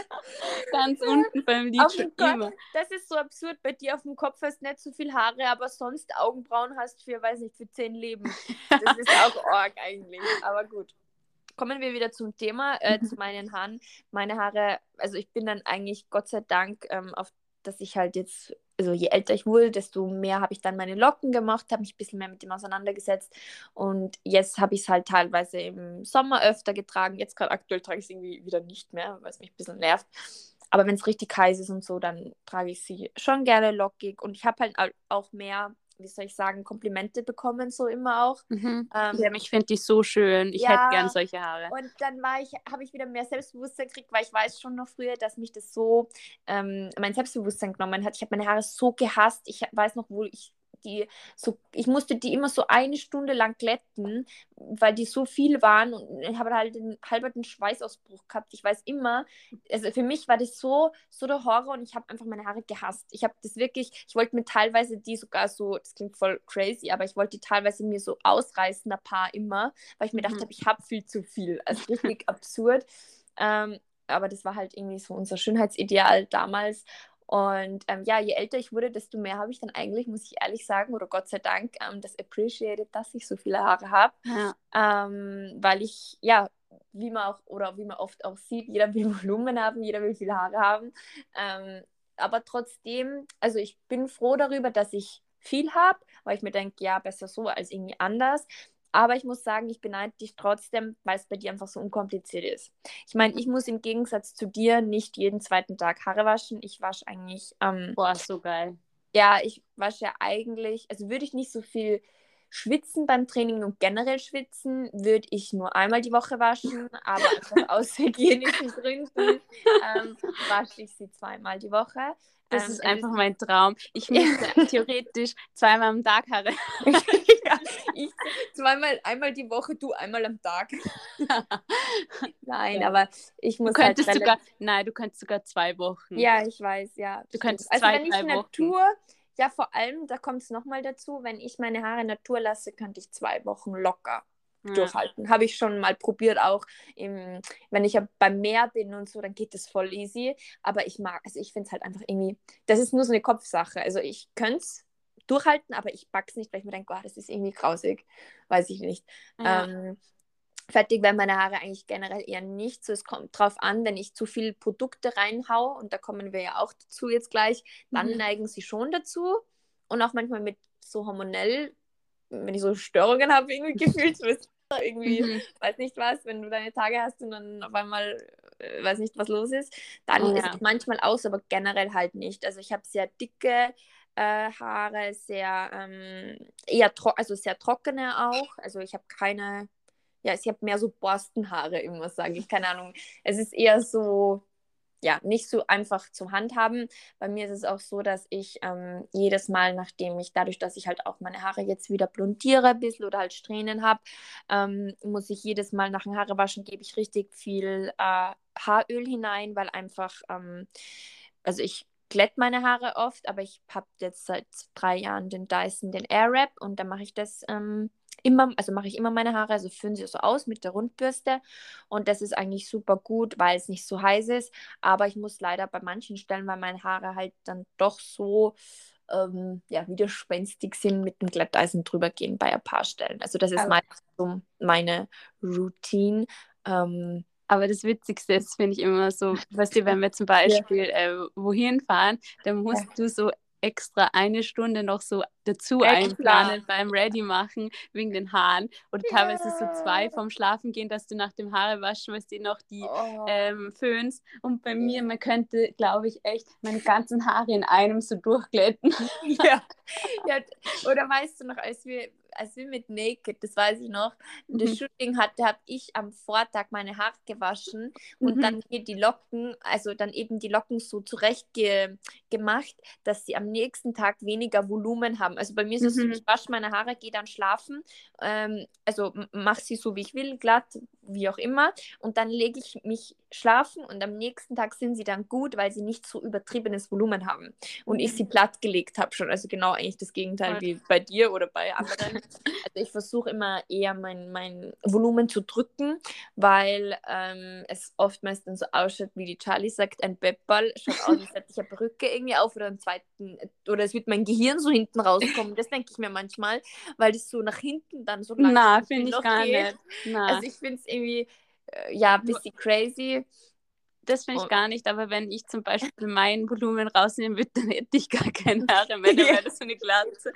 S2: Ganz unten beim Lid
S1: Oh
S2: schon
S1: mein Gott,
S2: immer.
S1: das ist so absurd. Bei dir auf dem Kopf hast nicht so viel Haare, aber sonst Augenbrauen hast für, weiß nicht, für 10 Leben. Das ist auch arg eigentlich. Aber gut. Kommen wir wieder zum Thema, zu meinen Haaren. Meine Haare, also ich bin dann eigentlich Gott sei Dank dass ich halt jetzt, also je älter ich wurde, desto mehr habe ich dann meine Locken gemacht, habe mich ein bisschen mehr mit dem auseinandergesetzt und jetzt habe ich es halt teilweise im Sommer öfter getragen. Jetzt gerade aktuell trage ich es irgendwie wieder nicht mehr, weil es mich ein bisschen nervt. Aber wenn es richtig heiß ist und so, dann trage ich sie schon gerne lockig und ich habe halt auch mehr, wie soll ich sagen, Komplimente bekommen, so immer auch.
S2: Mhm. Ja,
S1: Ähm,
S2: ich finde die so schön. Ich hätte gern
S1: ja,
S2: solche Haare.
S1: und dann habe ich wieder mehr Selbstbewusstsein gekriegt, weil ich weiß schon noch früher, dass mich das so mein Selbstbewusstsein genommen hat. Ich habe meine Haare so gehasst. Ich weiß noch, wo ich musste die immer so eine Stunde lang glätten, weil die so viel waren und ich habe halt den halberten Schweißausbruch gehabt. Ich weiß immer, also für mich war das so der Horror und ich habe einfach meine Haare gehasst. Ich habe das wirklich, ich wollte mir teilweise die sogar so, das klingt voll crazy, aber ich wollte die teilweise mir so ausreißen, ein paar immer, weil ich mir gedacht
S2: Mhm.
S1: habe, ich habe viel zu viel. Also richtig absurd. Aber das war halt irgendwie so unser Schönheitsideal damals. Und ja, je älter ich wurde, desto mehr habe ich dann eigentlich, muss ich ehrlich sagen, oder Gott sei Dank, das appreciated, dass ich so viele Haare habe.
S2: Ja.
S1: Weil ich, ja, wie man auch, oder wie man oft auch sieht, jeder will Volumen haben, jeder will viele Haare haben. Ähm, aber trotzdem, also ich bin froh darüber, dass ich viel habe, weil ich mir denke, ja, besser so als irgendwie anders. Aber ich muss sagen, ich beneide dich trotzdem, weil es bei dir einfach so unkompliziert ist. Ich meine, ich muss im Gegensatz zu dir nicht jeden zweiten Tag Haare waschen. Ich wasche eigentlich,
S2: Boah, so geil.
S1: ja, ich wasche ja eigentlich, also würde ich nicht so viel schwitzen beim Training und generell schwitzen, würde ich nur einmal die Woche waschen, aber einfach aus hygienischen Gründen wasche ich sie zweimal die Woche.
S2: Das ist
S1: Es
S2: einfach mein Traum. Ich müsste theoretisch zweimal am Tag Haare.
S1: ja, ich einmal die Woche, du einmal am Tag. Nein,
S2: Ja.
S1: aber ich muss halt relativ.
S2: Nein, du könntest sogar 2 Wochen.
S1: Ja, ich weiß, ja,
S2: Du
S1: stimmt.
S2: könntest
S1: Also
S2: zwei,
S1: wenn ich
S2: drei Wochen.
S1: Natur, ja vor allem, da kommt es nochmal dazu, wenn ich meine Haare Natur lasse, könnte ich 2 Wochen locker.
S2: Ja.
S1: durchhalten. Habe ich schon mal probiert, auch wenn ich beim Meer bin und so, dann geht das voll easy. Aber ich finde es halt einfach irgendwie, das ist nur so eine Kopfsache. Also ich könnte es durchhalten, aber ich pack's nicht, weil ich mir denke, oh, das ist irgendwie grausig. Weiß ich nicht.
S2: Ja.
S1: Fertig werden meine Haare eigentlich generell eher nicht so. Es kommt drauf an, wenn ich zu viel Produkte reinhau, und da kommen wir ja auch dazu jetzt gleich, dann neigen sie schon dazu. Und auch manchmal mit so hormonell, wenn ich so Störungen habe, irgendwie gefühlt, irgendwie, weiß nicht was, wenn du deine Tage hast und dann auf einmal weiß nicht, was los ist, dann ist
S2: Ja.
S1: es manchmal aus, aber generell halt nicht. Also ich habe sehr dicke Haare, sehr also sehr trockene auch. Also ich habe keine, ja, ich habe mehr so Borstenhaare, irgendwas sage ich, keine Ahnung. Es ist eher so, ja, nicht so einfach zum Handhaben. Bei mir ist es auch so, dass ich jedes Mal, dadurch, dass ich halt auch meine Haare jetzt wieder blondiere ein bisschen oder halt Strähnen habe, muss ich jedes Mal nach dem Haarewaschen, gebe ich richtig viel Haaröl hinein, weil einfach, also ich glätte meine Haare oft, aber ich habe jetzt seit 3 Jahren den Dyson, den Airwrap, und da mache ich das mache ich immer meine Haare, also föhne sie so aus mit der Rundbürste, und das ist eigentlich super gut, weil es nicht so heiß ist, aber ich muss leider bei manchen Stellen, weil meine Haare halt dann doch so ja, widerspenstig sind, mit dem Glätteisen drüber gehen bei ein paar Stellen. Also das ist
S2: Aber,
S1: meistens so meine Routine.
S2: aber das Witzigste ist, finde ich immer so, weißt du, wenn wir zum
S1: Ja.
S2: Beispiel wohin fahren, dann
S1: Ja.
S2: musst du so extra eine Stunde noch so dazu
S1: Extra.
S2: einplanen beim Ready machen wegen den Haaren oder teilweise so
S1: Ja.
S2: 2 vom Schlafen gehen, dass du nach dem Haarewaschen, weißt du, noch die
S1: Oh.
S2: föhnst. Und bei mir,
S1: Ja.
S2: man könnte, glaube ich, echt meine ganzen Haare in einem so durchglätten.
S1: Ja. Ja, oder weißt du noch, als wir mit Naked, das weiß ich noch, das
S2: Mhm.
S1: Shooting hatte, habe ich am Vortag meine Haare gewaschen und
S2: Mhm.
S1: dann mir die Locken, also dann eben die Locken so zurecht gemacht, dass sie am nächsten Tag weniger Volumen haben. Also bei mir ist es so, ich
S2: Mhm.
S1: wasche meine Haare, gehe dann schlafen, also mache sie so, wie ich will, glatt, wie auch immer, und dann lege ich mich schlafen und am nächsten Tag sind sie dann gut, weil sie nicht so übertriebenes Volumen haben und ich sie platt gelegt habe schon. Also genau eigentlich das Gegenteil
S2: Voll.
S1: wie bei dir oder bei anderen. Also ich versuche immer eher mein Volumen zu drücken, weil es oftmals dann so ausschaut, wie die Charlie sagt, ein Beppball. Schaut aus, als hätte ich eine Perücke irgendwie auf oder einen zweiten, oder es wird mein Gehirn so hinten rauskommen. Das denke ich mir manchmal, weil das so nach hinten dann so langsam
S2: Na, finde ich
S1: noch
S2: gar
S1: geht.
S2: nicht. Na.
S1: Also ich finde es irgendwie, ja, ein bisschen crazy.
S2: Das finde ich
S1: Und,
S2: gar nicht, aber wenn ich zum Beispiel mein Volumen rausnehmen würde, dann hätte ich gar keine Haare mehr, dann
S1: ja.
S2: wäre das so eine Glatze.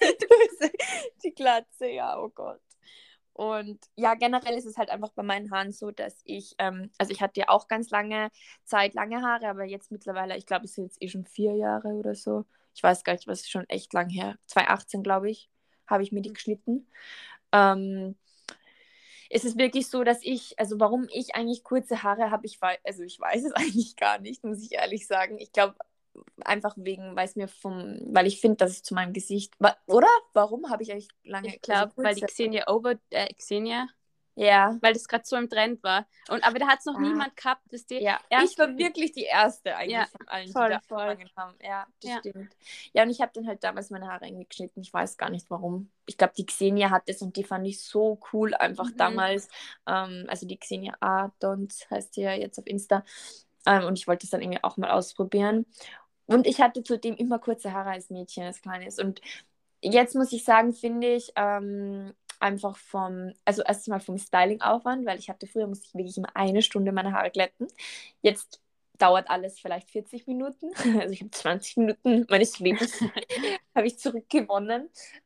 S1: Die Glatze, ja, oh Gott. Und ja, generell ist es halt einfach bei meinen Haaren so, dass also ich hatte ja auch ganz lange Zeit lange Haare, aber jetzt mittlerweile, ich glaube, es sind jetzt schon 4 Jahre oder so. Ich weiß gar nicht, was ist schon echt lang her. 2018, glaube ich, habe ich mir die geschnitten. Ähm, Es ist wirklich so, dass also warum ich eigentlich kurze Haare habe, also ich weiß es eigentlich gar nicht, muss ich ehrlich sagen. Ich glaube, einfach weil ich finde, dass es zu meinem Gesicht, oder? Warum habe ich eigentlich
S2: Ich
S1: also
S2: glaube, weil die
S1: kurze?
S2: Xenia,
S1: Ja.
S2: weil das gerade so im Trend war. Aber da hat es noch
S1: Ah,
S2: niemand gehabt, dass die
S1: ja, ich
S2: erst,
S1: war wirklich die Erste
S2: ja,
S1: eigentlich von allen, die
S2: voll,
S1: da
S2: voll,
S1: angefangen haben. Ja, das
S2: ja.
S1: stimmt. Ja, und ich habe dann halt damals meine Haare irgendwie geschnitten. Ich weiß gar nicht warum. Ich glaube, die Xenia hat es und die fand ich so cool einfach
S2: Mhm.
S1: damals. Also die Xenia Adons heißt sie ja jetzt auf Insta. Und ich wollte es dann irgendwie auch mal ausprobieren. Und ich hatte zudem immer kurze Haare als Mädchen, als Kleines. Und jetzt muss ich sagen, finde ich einfach also erstmal vom Styling-Aufwand, weil früher musste ich wirklich immer eine Stunde meine Haare glätten. Jetzt dauert alles vielleicht 40 Minuten. Also ich habe 20 Minuten meines Lebens habe ich zurückgewonnen.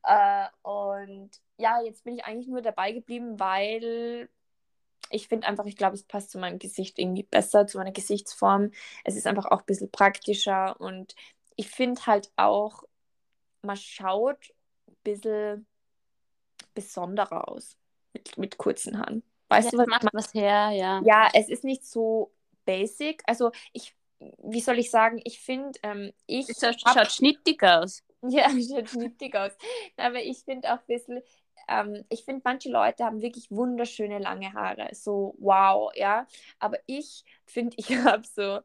S1: Und ja, jetzt bin ich eigentlich nur dabei geblieben, weil ich finde einfach, ich glaube, es passt zu meinem Gesicht irgendwie besser, zu meiner Gesichtsform. Es ist einfach auch ein bisschen praktischer und ich finde halt auch, man schaut ein bisschen besonderer aus mit kurzen Haaren.
S2: Ja,
S1: Weißt du,
S2: es
S1: was ich
S2: macht
S1: meine?
S2: was her, ja.
S1: Ja, es ist nicht so basic. Also wie soll ich sagen, ich finde,
S2: Es
S1: ich habe,
S2: schaut schnittig aus.
S1: ja, sieht schnittig aus, aber ich finde auch ein bisschen, ich finde, manche Leute haben wirklich wunderschöne lange Haare, so wow, ja, aber ich finde, ich habe so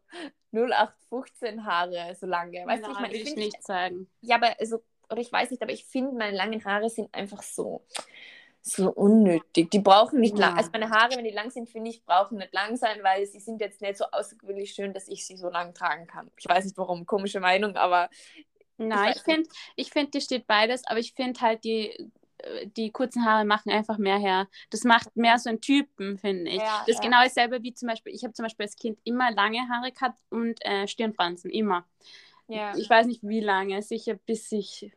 S1: 0815 Haare, so lange, weißt du, ich
S2: Na,
S1: meine,
S2: würde
S1: ich
S2: ich
S1: finde,
S2: nicht sagen.
S1: ja, aber also, oder ich weiß nicht, aber ich finde, meine langen Haare sind einfach so. so unnötig. Die brauchen nicht lang. Also
S2: Ja.
S1: meine Haare, wenn die lang sind, finde ich, brauchen nicht lang sein, weil sie sind jetzt nicht so außergewöhnlich schön, dass ich sie so lang tragen kann. Ich weiß nicht warum, komische Meinung, aber ich
S2: Na,
S1: weiß nicht.
S2: ich finde, dir steht beides, aber ich finde halt, die kurzen Haare machen einfach mehr her. Das macht mehr so einen Typen, finde ich.
S1: Ja,
S2: Das ist
S1: ja,
S2: genau dasselbe wie zum Beispiel, ich habe zum Beispiel als Kind immer lange Haare gehabt und Stirnfransen, immer.
S1: ja,
S2: Ich weiß nicht wie lange, sicher bis ich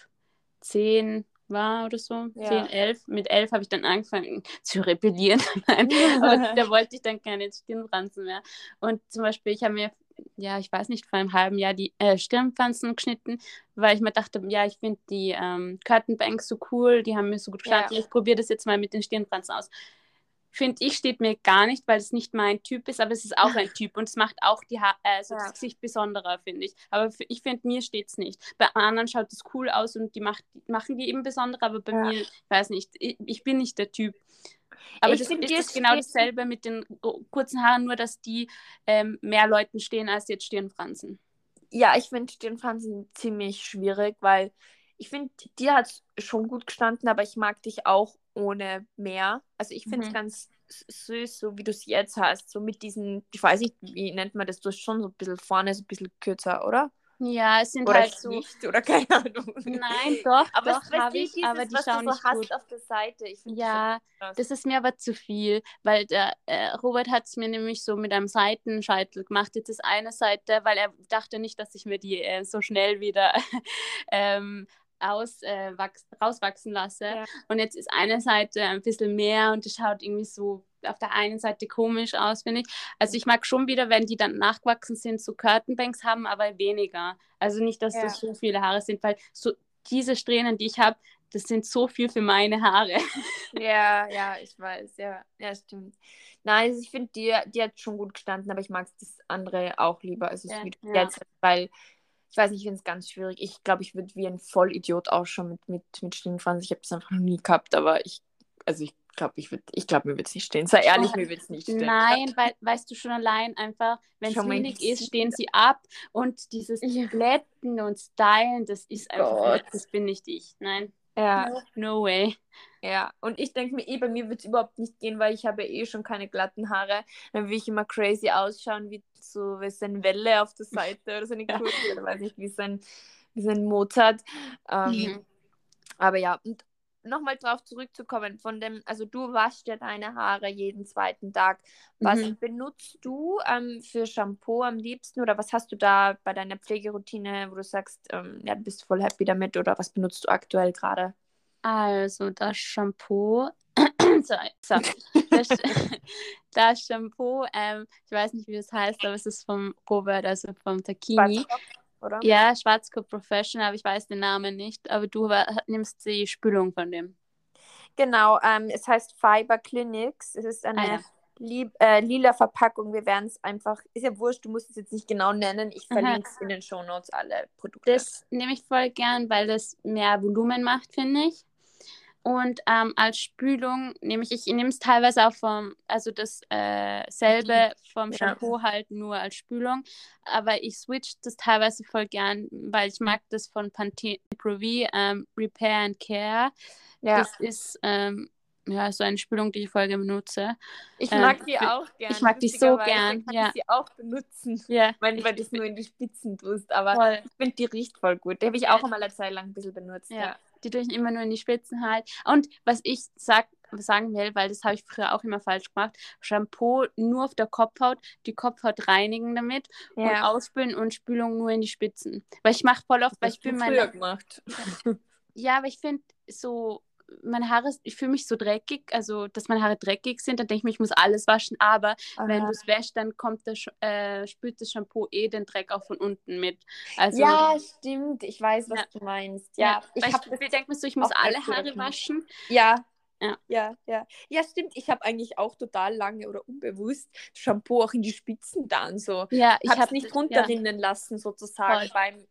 S2: 10 war oder so, 10,
S1: ja.
S2: 11. Mit 11 habe ich dann angefangen zu rebellieren. Nein, aber da wollte ich dann keine Stirnfransen mehr. Und zum Beispiel, ich habe mir, ja, ich weiß nicht, vor einem halben Jahr die Stirnfransen geschnitten, weil ich mir dachte, ja, ich finde die Curtain Banks so cool, die haben mir so gut
S1: Ja,
S2: gestanden, ich probiere das jetzt mal mit den Stirnfransen aus. Finde ich, steht mir gar nicht, weil es nicht mein Typ ist, aber es ist auch ein Typ und es macht auch so das
S1: ja,
S2: Gesicht besonderer, finde ich. Aber ich finde, mir steht es nicht. Bei anderen schaut es cool aus und machen die eben besondere, aber bei
S1: ja.
S2: mir, ich weiß nicht, ich bin nicht der Typ. Aber
S1: Ich
S2: das
S1: finde,
S2: ist
S1: dir
S2: das genau
S1: steht.
S2: dasselbe mit den kurzen Haaren, nur dass die mehr Leuten stehen als jetzt Stirnfransen.
S1: Ja, ich finde Stirnfransen ziemlich schwierig, weil ich finde, dir hat es schon gut gestanden, aber ich mag dich auch ohne mehr. Also ich finde es
S2: Mhm.
S1: ganz süß, so wie du es jetzt hast. So mit diesen, ich weiß nicht, wie nennt man das? Du hast schon so ein bisschen vorne, so ein bisschen kürzer, oder?
S2: Ja, es sind
S1: Oder
S2: halt so,
S1: nicht, oder keine Ahnung.
S2: nein, doch,
S1: Aber
S2: doch,
S1: weißt
S2: habe
S1: du,
S2: ich, aber
S1: dieses,
S2: die
S1: was du
S2: schauen
S1: so
S2: nicht
S1: hast
S2: gut.
S1: auf der Seite, ich finde, das schaut
S2: Ja,
S1: gut aus.
S2: das ist mir aber zu viel, weil der Robert hat es mir nämlich so mit einem Seitenscheitel gemacht. Jetzt ist eine Seite, weil er dachte nicht, dass ich mir die so schnell wieder ähm, rauswachsen lasse.
S1: Ja,
S2: Und jetzt ist eine Seite ein bisschen mehr und es schaut irgendwie so auf der einen Seite komisch aus, finde ich. Also ich mag schon wieder, wenn die dann nachgewachsen sind, so Curtainbanks haben, aber weniger. Also nicht, dass das
S1: ja.
S2: so viele Haare sind, weil so diese Strähnen, die ich habe, das sind so viel für meine Haare.
S1: Ja, ja, ich weiß, ja, ja, stimmt. Nein, also ich finde, die hat schon gut gestanden, aber ich mag das andere auch lieber, also es ist
S2: Ja,
S1: wie du
S2: ja.
S1: jetzt, weil ich weiß nicht, ich finde es ganz schwierig. Ich glaube, ich würde wie ein Vollidiot ausschauen mit Stirnfransen. Ich habe das einfach noch nie gehabt, aber ich glaube, mir wird es nicht stehen. Sei ehrlich,
S2: Schon,
S1: mir wird es nicht stehen.
S2: nein, weil, weißt du schon allein einfach, wenn
S1: Schau
S2: es
S1: mein
S2: wenig ist,
S1: Gesicht.
S2: stehen sie ab und dieses
S1: Ja,
S2: Glätten und Stylen, das ist einfach
S1: Gott.
S2: nicht, das bin nicht ich. Nein,
S1: Ja,
S2: no way.
S1: ja. Und ich denke mir bei mir wird es überhaupt nicht gehen, weil ich habe ja eh schon keine glatten Haare. Dann will ich immer crazy ausschauen, wie so eine Welle auf der Seite oder so eine
S2: Ja.
S1: Kurve, oder weiß nicht, wie so ein Mozart.
S2: Mhm.
S1: Aber ja, und nochmal drauf zurückzukommen, also du waschst ja deine Haare jeden zweiten Tag. Was
S2: Mhm.
S1: benutzt du für Shampoo am liebsten oder was hast du da bei deiner Pflegeroutine, wo du sagst, ja, du bist voll happy damit oder was benutzt du aktuell gerade?
S2: Also das Shampoo, so, das, das Shampoo, ich weiß nicht, wie es heißt, aber es ist vom Robert, also vom Takini.
S1: Schwarzkopf, oder?
S2: Ja, Schwarzkopf Professional, aber ich weiß den Namen nicht. Aber du nimmst die Spülung von dem.
S1: Genau, es heißt Fiber Clinics. Es ist
S2: Ah
S1: eine
S2: ja.
S1: lila Verpackung. Wir werden es einfach, ist ja wurscht, du musst es jetzt nicht genau nennen. Ich
S2: Aha.
S1: verlinke es in den Shownotes, alle Produkte.
S2: Das nehme ich voll gern, weil das mehr Volumen macht, finde ich. Und als Spülung ich nehme es teilweise auch also das selbe vom
S1: Ja.
S2: Shampoo halt nur als Spülung, aber ich switch das teilweise voll gern, weil ich mag das von Pantene Pro V, Repair and Care.
S1: Ja.
S2: Das ist ja so eine Spülung, die ich voll gerne benutze.
S1: Ich mag die
S2: Für,
S1: auch
S2: ich
S1: gern.
S2: mag die so
S1: Lustigerweise
S2: gern,
S1: kann ich
S2: ja.
S1: sie auch benutzen.
S2: Ja,
S1: Weil du es nur in die Spitzen tust. Aber
S2: voll.
S1: ich finde, die riecht voll gut. Die habe ich
S2: Ja,
S1: auch einmal eine Zeit lang ein bisschen benutzt.
S2: ja.
S1: Ja.
S2: Die tue ich immer nur in die Spitzen halt. Und was ich sagen will, weil das habe ich früher auch immer falsch gemacht, Shampoo nur auf der Kopfhaut, die Kopfhaut reinigen damit und
S1: Ja.
S2: ausspülen und Spülung nur in die Spitzen. Weil ich mache voll oft,
S1: Das
S2: weil ich
S1: hast du
S2: bin
S1: früher gemacht.
S2: ja, aber ich finde so, meine Haare, ich fühle mich so dreckig, also dass meine Haare dreckig sind, dann denke ich mir, ich muss alles waschen, aber wenn
S1: Aha.
S2: du es wäschst, dann spült das Shampoo den Dreck auch von unten mit. Also,
S1: Ja, stimmt. Ich weiß,
S2: ja,
S1: was du meinst.
S2: ja.
S1: Ja,
S2: Weil
S1: ich habe das
S2: ich denke mir so, ich muss
S1: auch mal
S2: alle
S1: früher
S2: Haare
S1: gemacht.
S2: waschen.
S1: Ja,
S2: Ja.
S1: ja, ja. Ja, stimmt. Ich habe eigentlich auch total lange oder unbewusst Shampoo auch in die Spitzen dann so.
S2: Ja,
S1: Ich habe es nicht runterrinnen lassen, sozusagen
S2: voll.
S1: beim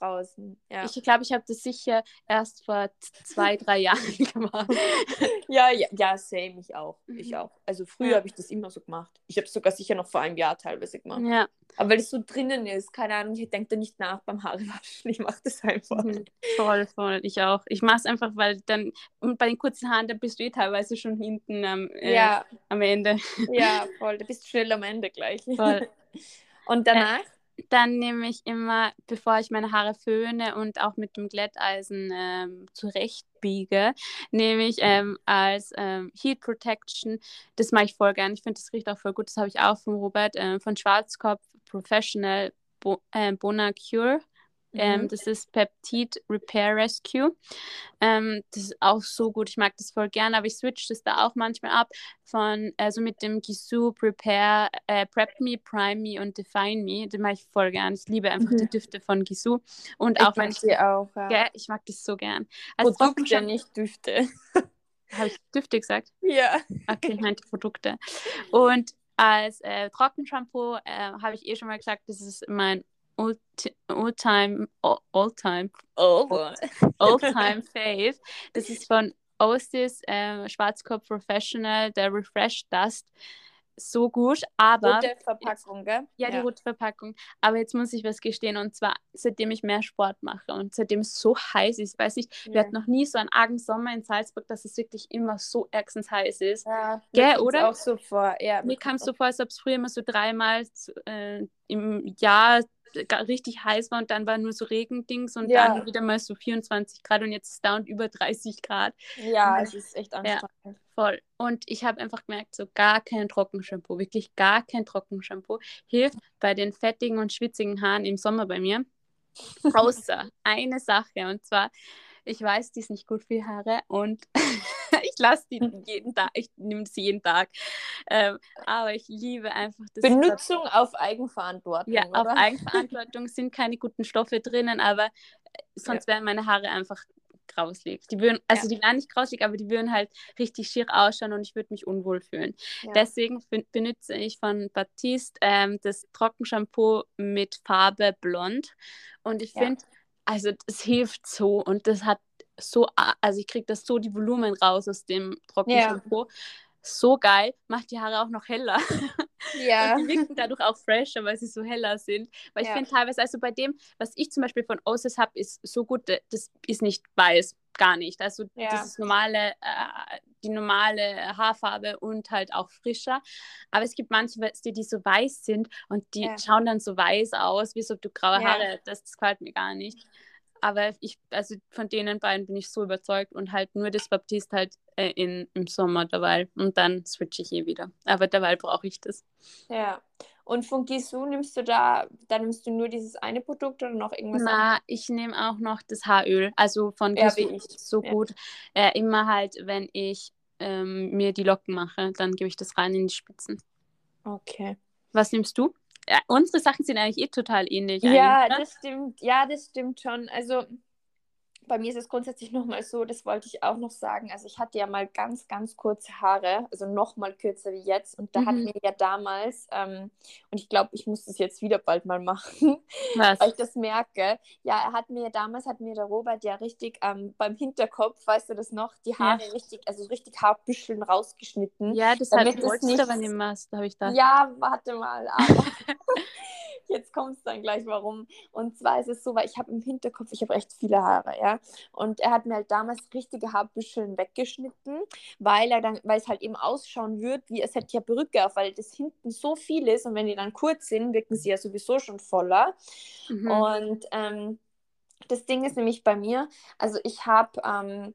S1: draußen. Ja.
S2: Ich glaube, ich habe das sicher erst vor 2-3 Jahren gemacht.
S1: Ja, same, ich auch. Ich
S2: Mhm.
S1: auch. Also früher
S2: Ja.
S1: habe ich das immer so gemacht. Ich habe es sogar sicher noch vor einem Jahr teilweise gemacht.
S2: Ja.
S1: Aber weil es so drinnen ist, keine Ahnung, ich denke da nicht nach beim Haarewaschen. Ich mache das einfach.
S2: Mhm. Voll, ich auch. Ich mache es einfach, weil dann, und bei den kurzen Haaren, da bist du teilweise schon hinten
S1: Ja,
S2: am Ende.
S1: ja, voll. Da bist du schnell am Ende gleich.
S2: Voll.
S1: Und danach?
S2: Dann nehme ich immer, bevor ich meine Haare föhne und auch mit dem Glätteisen zurechtbiege, nehme ich als Heat Protection, das mache ich voll gern. Ich finde, das riecht auch voll gut. Das habe ich auch von Robert, von Schwarzkopf Professional Bonacure. Das ist Peptide Repair Rescue. Das ist auch so gut. Ich mag das voll gerne, aber ich switch das da auch manchmal ab also mit dem Gisou Prepare, Prep Me, Prime Me und Define Me. Den mag ich voll gern. Ich liebe einfach die Düfte von Gisou. Und
S1: Ich
S2: auch wenn
S1: mag die auch, ja.
S2: Gell, ich mag das so gern. Als
S1: Produkte, nicht Düfte.
S2: Habe ich Düfte gesagt?
S1: Ja.
S2: Okay, ich meinte Produkte. Und als Trockenshampoo habe ich schon mal gesagt, das ist mein All-Time Fave. Das ist von Osis Schwarzkopf Professional, der Refresh Dust. So gut, aber
S1: Rote Verpackung, gell?
S2: ja, die rote Verpackung. Aber jetzt muss ich was gestehen, und zwar, seitdem ich mehr Sport mache und seitdem es so heiß ist, weiß ich, wir hatten noch nie so einen argen Sommer in Salzburg, dass es wirklich immer so ärgstens heiß ist.
S1: Ja,
S2: Gell, oder?
S1: Auch so vor. Ja,
S2: mir kam es so vor, als ob es früher immer so 3-mal im Jahr richtig heiß war und dann war nur so Regendings und dann wieder mal so 24 Grad und jetzt ist es dauernd über 30 Grad.
S1: Ja, es ist echt anstrengend.
S2: Ja, voll. Und ich habe einfach gemerkt, so gar kein Trockenshampoo, wirklich gar kein Trockenshampoo hilft bei den fettigen und schwitzigen Haaren im Sommer bei mir. Außer eine Sache, und zwar, ich weiß, die ist nicht gut für die Haare und ich lasse die jeden Tag, ich nehme sie jeden Tag. Aber ich liebe einfach das.
S1: Benutzung auf Eigenverantwortung,
S2: ja,
S1: oder?
S2: auf Eigenverantwortung sind keine guten Stoffe drinnen, aber sonst wären meine Haare einfach grauslig. Die würden, also die wären nicht grauslig, aber die würden halt richtig schier ausschauen und ich würde mich unwohl fühlen. Ja. Deswegen benutze ich von Batiste das Trockenshampoo mit Farbe Blond und ich finde, also es hilft so und das hat so, also ich kriege das so die Volumen raus aus dem Trockenshampoo. So geil, macht die Haare auch noch heller.
S1: Ja.
S2: Und die wirken dadurch auch fresher, weil sie so heller sind. Weil ich finde teilweise, also bei dem, was ich zum Beispiel von Osis habe, ist so gut, das ist nicht weiß, gar nicht. Also das ist die normale Haarfarbe und halt auch frischer. Aber es gibt manche, die so weiß sind und die schauen dann so weiß aus, wie so du graue Haare hättest. Das gefällt mir gar nicht. Aber also von denen beiden bin ich so überzeugt und halt nur das Baptiste halt im Sommer dabei und dann switche ich wieder. Aber dabei brauche ich das.
S1: Ja. Und von Gisou nimmst du nimmst du nur dieses eine Produkt oder noch irgendwas
S2: anderes? Ich nehme auch noch das Haaröl, also von Gisou so gut. Immer halt, wenn ich mir die Locken mache, dann gebe ich das rein in die Spitzen.
S1: Okay.
S2: Was nimmst du? Ja, unsere Sachen sind eigentlich total ähnlich.
S1: Ja, das stimmt. Ja, das stimmt schon. Also bei mir ist es grundsätzlich nochmal so, das wollte ich auch noch sagen. Also ich hatte ja mal ganz, ganz kurze Haare, also nochmal kürzer wie jetzt. Und da hat mir ja damals, und ich glaube, ich muss das jetzt wieder bald mal machen, weil ich das merke. Ja, damals hat mir der Robert ja richtig beim Hinterkopf, weißt du das noch, die Haare richtig Haarbüscheln rausgeschnitten.
S2: Ja, das wolltest du aber nicht mehr, habe ich da.
S1: Ja, warte mal, aber jetzt kommt es dann gleich, warum. Und zwar ist es so, weil ich habe im Hinterkopf, ich habe recht viele Haare, ja. Und er hat mir halt damals richtige Haarbüscheln weggeschnitten, weil es halt eben ausschauen wird, wie es hätte ja Perücke auf, weil das hinten so viel ist und wenn die dann kurz sind, wirken sie ja sowieso schon voller. Und das Ding ist nämlich bei mir, also ich habe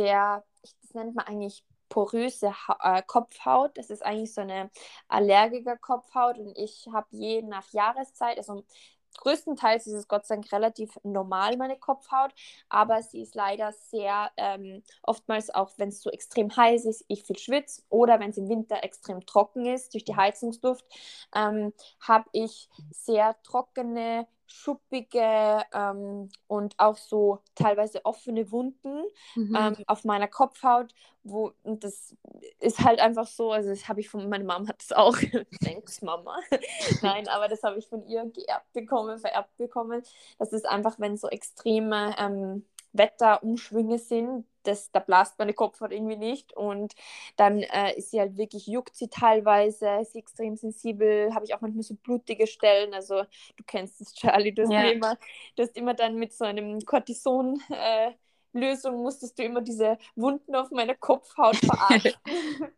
S1: das nennt man eigentlich poröse Kopfhaut. Das ist eigentlich so eine Allergiker-Kopfhaut und ich habe je nach Jahreszeit, also größtenteils ist es Gott sei Dank relativ normal, meine Kopfhaut, aber sie ist leider sehr, oftmals auch, wenn es so extrem heiß ist, ich viel schwitze oder wenn es im Winter extrem trocken ist, durch die Heizungsluft, habe ich sehr trockene, schuppige und auch so teilweise offene Wunden auf meiner Kopfhaut, und das ist halt einfach so, also das habe ich meine Mom hat das auch, thanks Mama, nein, aber das habe ich von ihr vererbt bekommen, das ist einfach, wenn so extreme Wetterumschwünge sind, da blast meine Kopfhaut irgendwie nicht und dann ist sie halt wirklich, juckt sie teilweise, ist sie extrem sensibel, habe ich auch manchmal so blutige Stellen, also du kennst es, Charlie, du hast immer dann mit so einem Cortison Lösung musstest du immer diese Wunden auf meiner Kopfhaut verarzten.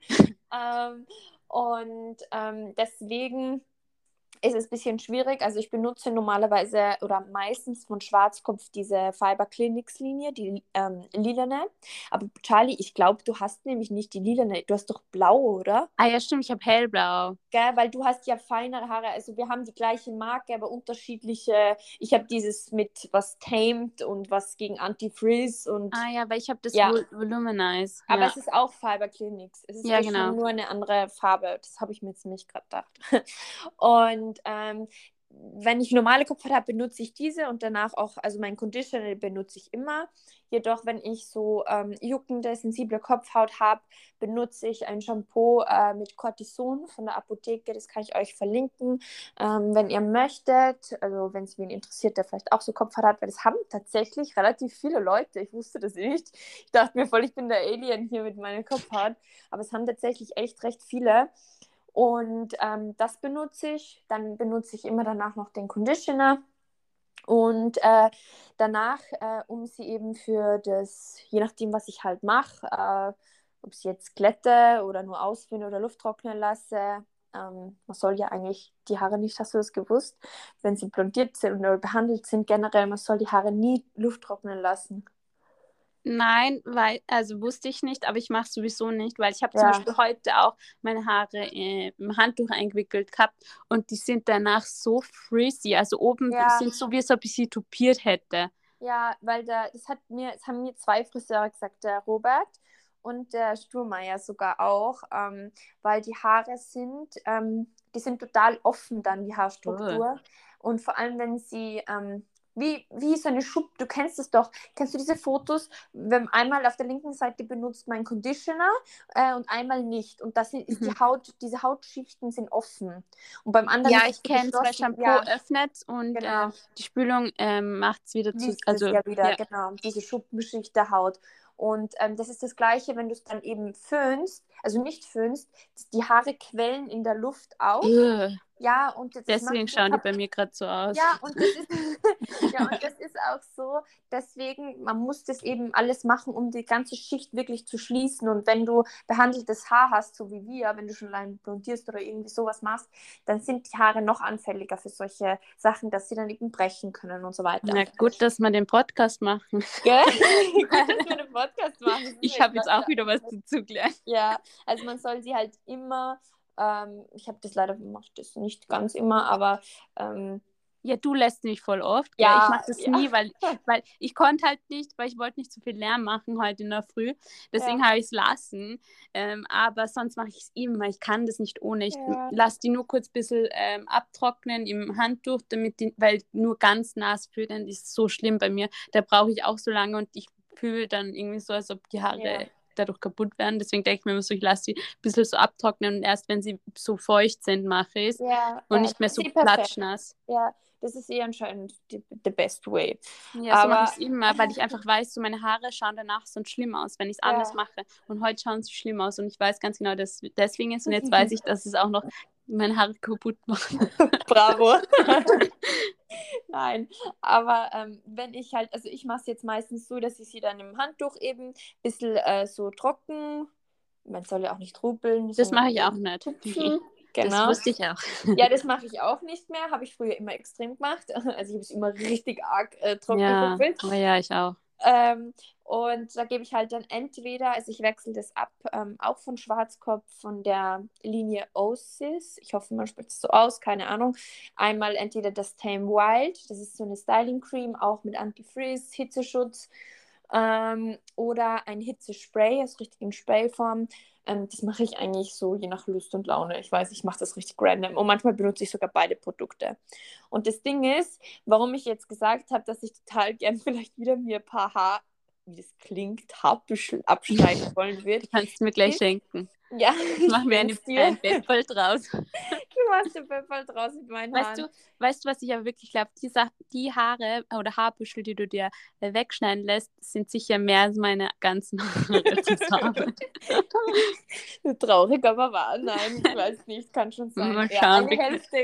S1: Deswegen ist es ein bisschen schwierig. Also ich benutze normalerweise oder meistens von Schwarzkopf diese Fiber Clinics Linie, die lilane. Aber Charlie, ich glaube, du hast nämlich nicht die lilane, du hast doch blau, oder?
S2: Ah ja, stimmt, ich habe hellblau.
S1: Gell, weil du hast ja feinere Haare, also wir haben die gleiche Marke, aber unterschiedliche. Ich habe dieses mit was tamed und was gegen Anti-Frizz und
S2: Ah ja, weil ich habe das
S1: ja.
S2: Voluminize.
S1: Aber
S2: Ja.
S1: es ist auch Fiber Clinics. Es ist
S2: Ja,
S1: bloß
S2: genau.
S1: schon nur eine andere Farbe. Das habe ich mir jetzt nicht gerade gedacht. Und wenn ich normale Kopfhaut habe, benutze ich diese und danach auch, also meinen Conditioner benutze ich immer. Jedoch, wenn ich so juckende, sensible Kopfhaut habe, benutze ich ein Shampoo mit Cortison von der Apotheke. Das kann ich euch verlinken, wenn ihr möchtet. Also wenn es wen interessiert, der vielleicht auch so Kopfhaut hat, weil das haben tatsächlich relativ viele Leute. Ich wusste das nicht. Ich dachte mir voll, ich bin der Alien hier mit meiner Kopfhaut. Aber es haben tatsächlich echt recht viele. Und das benutze ich. Dann benutze ich immer danach noch den Conditioner. Und danach, um sie eben für das, je nachdem, was ich halt mache, ob ich jetzt glätte oder nur ausführe oder Luft trocknen lasse, man soll ja eigentlich die Haare nicht, hast du das gewusst, wenn sie blondiert sind oder behandelt sind, generell, man soll die Haare nie Luft trocknen lassen.
S2: Nein, also wusste ich nicht, aber ich mache es sowieso nicht, weil ich habe zum
S1: Ja,
S2: Beispiel heute auch meine Haare im Handtuch eingewickelt gehabt und die sind danach so frizzy, also oben
S1: ja,
S2: sind so, wie als ob ich sie tupiert hätte.
S1: ja, weil das haben mir zwei Friseure gesagt, der Robert und der Sturmeier sogar auch, weil die Haare die sind total offen dann, die
S2: Oh.
S1: Haarstruktur. Und vor allem, wenn sie, wie so eine du kennst es doch, kennst du diese Fotos, wenn einmal auf der linken Seite benutzt mein Conditioner und einmal nicht. Und ist
S2: Mhm.
S1: diese Hautschichten sind offen. Und beim anderen
S2: Ja,
S1: ist es
S2: ich
S1: so
S2: kenne es, weil
S1: geschlossen.
S2: Shampoo
S1: Ja,
S2: öffnet und
S1: genau.
S2: die Spülung macht es wieder zu,
S1: Liest es
S2: also
S1: ja wieder,
S2: ja.
S1: genau, diese Schuppenschicht der Haut. Und das ist das Gleiche, wenn du es dann eben föhnst, also nicht föhnst, die Haare quellen in der Luft auf.
S2: Ugh.
S1: Ja, und das macht
S2: Deswegen
S1: das
S2: schauen die bei mir gerade so aus.
S1: ja, und das ist, ja, und das ist auch so, deswegen, man muss das eben alles machen, um die ganze Schicht wirklich zu schließen. Und wenn du behandeltes Haar hast, so wie wir, wenn du schon allein blondierst oder irgendwie sowas machst, dann sind die Haare noch anfälliger für solche Sachen, dass sie dann eben brechen können und so weiter.
S2: Na gut, dass wir den Podcast machen.
S1: Gell? Gut, dass wir einen Podcast machen. Das ist
S2: Ich
S1: mir
S2: habe
S1: gerade
S2: jetzt auch
S1: wieder
S2: wieder was
S1: eingefallen.
S2: dazu gelernt.
S1: Ja, also man soll sie halt immer, ich habe das leider, mache das nicht ganz immer, aber
S2: Ja, du lässt mich voll oft, gell? Ich
S1: ja,
S2: mache das
S1: ja,
S2: nie, weil ich konnte halt nicht, weil ich wollte nicht zu viel Lärm machen heute in der Früh.
S1: ja,
S2: Deswegen habe ich es lassen. Aber sonst mache ich es immer. Ich kann das nicht ohne. Ich
S1: ja,
S2: lasse die nur kurz ein bisschen abtrocknen im Handtuch, weil nur ganz nass fühlen ist so schlimm bei mir. Da brauche ich auch so lange und ich fühle dann irgendwie so, als ob die
S1: ja,
S2: Haare dadurch kaputt werden. Deswegen denke ich mir immer so, ich lasse sie ein bisschen so abtrocknen und erst wenn sie so feucht sind, mache ich es
S1: ja,
S2: und nicht mehr
S1: das ist
S2: so
S1: eh perfekt.
S2: platschnass.
S1: Ja, das ist eh anscheinend the best way.
S2: Ja, so mache ich
S1: Aber
S2: es immer, weil ich einfach weiß, so meine Haare schauen danach so schlimm aus, wenn ich es anders
S1: ja,
S2: mache. Und heute schauen sie schlimm aus und ich weiß ganz genau, dass deswegen ist. Und jetzt weiß ich, dass es auch noch meine Haare kaputt macht.
S1: bravo. Nein, aber wenn ich halt, also ich mache es jetzt meistens so, dass ich sie dann im Handtuch eben ein bisschen so trocken, man soll ja auch nicht rubbeln,
S2: Das
S1: sondern
S2: mache ich auch
S1: eben
S2: nicht.
S1: tupfen.
S2: Das
S1: Genau.
S2: wusste ich auch.
S1: Ja, das mache ich auch nicht mehr, habe ich früher immer extrem gemacht. Also ich habe es immer richtig arg trocken
S2: Ja,
S1: gerubbelt.
S2: aber ja, ich auch.
S1: Ähm, und da gebe ich halt dann entweder, also ich wechsle das ab, auch von Schwarzkopf von der Linie Osis. Ich hoffe, man spricht es so aus, keine Ahnung. Einmal entweder das Tame Wild, das ist so eine Styling Cream, auch mit Anti-Frizz, Hitzeschutz. Oder ein Hitzespray, also richtig in Sprayform. Das mache ich eigentlich so je nach Lust und Laune. Ich weiß, ich mache das richtig random. Und manchmal benutze ich sogar beide Produkte. Und das Ding ist, warum ich jetzt gesagt habe, dass ich total gern vielleicht wieder mir ein paar wie das klingt, Haarbüschel abschneiden wollen würde.
S2: Du kannst mir gleich
S1: ist,
S2: schenken.
S1: ja,
S2: Ich mache mir
S1: schenk's dir.
S2: ein Bettvoll draus.
S1: Du machst den Pfeffer draus mit meinen Haaren.
S2: Weißt du, was ich aber wirklich glaube? Die Haare oder Haarbüschel, die du dir wegschneiden lässt, sind sicher mehr als meine ganzen Haare zusammen.
S1: Traurig, aber wahr. Nein, ich weiß nicht, kann schon sein.
S2: Mal
S1: Ja,
S2: schauen.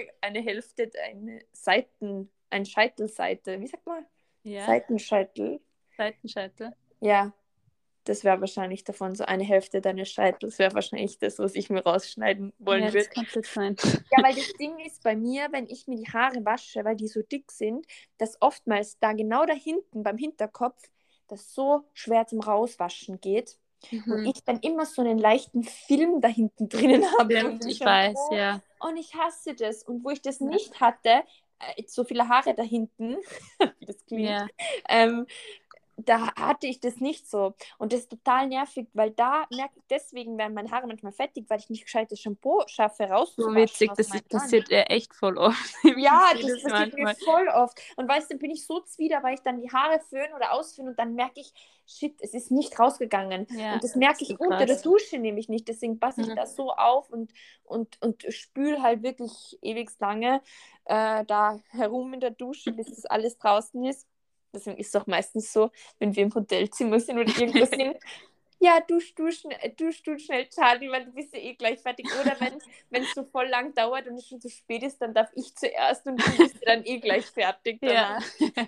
S1: eine Scheitelseite. Wie sagt man?
S2: Ja,
S1: Seitenscheitel.
S2: Seitenscheitel.
S1: Ja, das wäre wahrscheinlich davon so eine Hälfte deines Scheitels. Wäre wahrscheinlich das, was ich mir rausschneiden wollen
S2: Ja,
S1: würde.
S2: das könnte sein.
S1: Ja, weil das Ding ist bei mir, wenn ich mir die Haare wasche, weil die so dick sind, dass oftmals da genau da hinten beim Hinterkopf das so schwer zum Rauswaschen geht. Und
S2: Mhm.
S1: ich dann immer so einen leichten Film da hinten drinnen habe.
S2: Stimmt, ich weiß, ja.
S1: Und ich hasse das. Und wo ich das nicht hatte, so viele Haare da hinten, wie das klingt,
S2: Ja.
S1: da hatte ich das nicht so. Und das ist total nervig, weil da merke ich, deswegen werden meine Haare manchmal fettig, weil ich nicht gescheites Shampoo schaffe,
S2: So
S1: rauszuwaschen
S2: witzig,
S1: aus
S2: das
S1: meinen Haaren.
S2: passiert echt voll oft.
S1: Ja,
S2: Ich sehe
S1: das passiert mir
S2: manchmal.
S1: voll oft. Und weißt du, dann bin ich so zwider, weil ich dann die Haare föhne oder ausföhne und dann merke ich, shit, es ist nicht rausgegangen.
S2: Ja,
S1: und das merke
S2: das ist
S1: ich
S2: so
S1: unter der
S2: krass.
S1: Dusche nämlich nicht. Deswegen passe ich
S2: Mhm.
S1: da so auf und spüle halt wirklich ewig lange da herum in der Dusche, bis das alles draußen ist. Deswegen ist es auch meistens so, wenn wir im Hotelzimmer sind oder irgendwo sind, ja, dusch du schnell, Charlie, weil du bist ja eh gleich fertig. Oder wenn es so voll lang dauert und es schon zu spät ist, dann darf ich zuerst und du bist ja dann eh gleich fertig
S2: Ja.
S1: danach.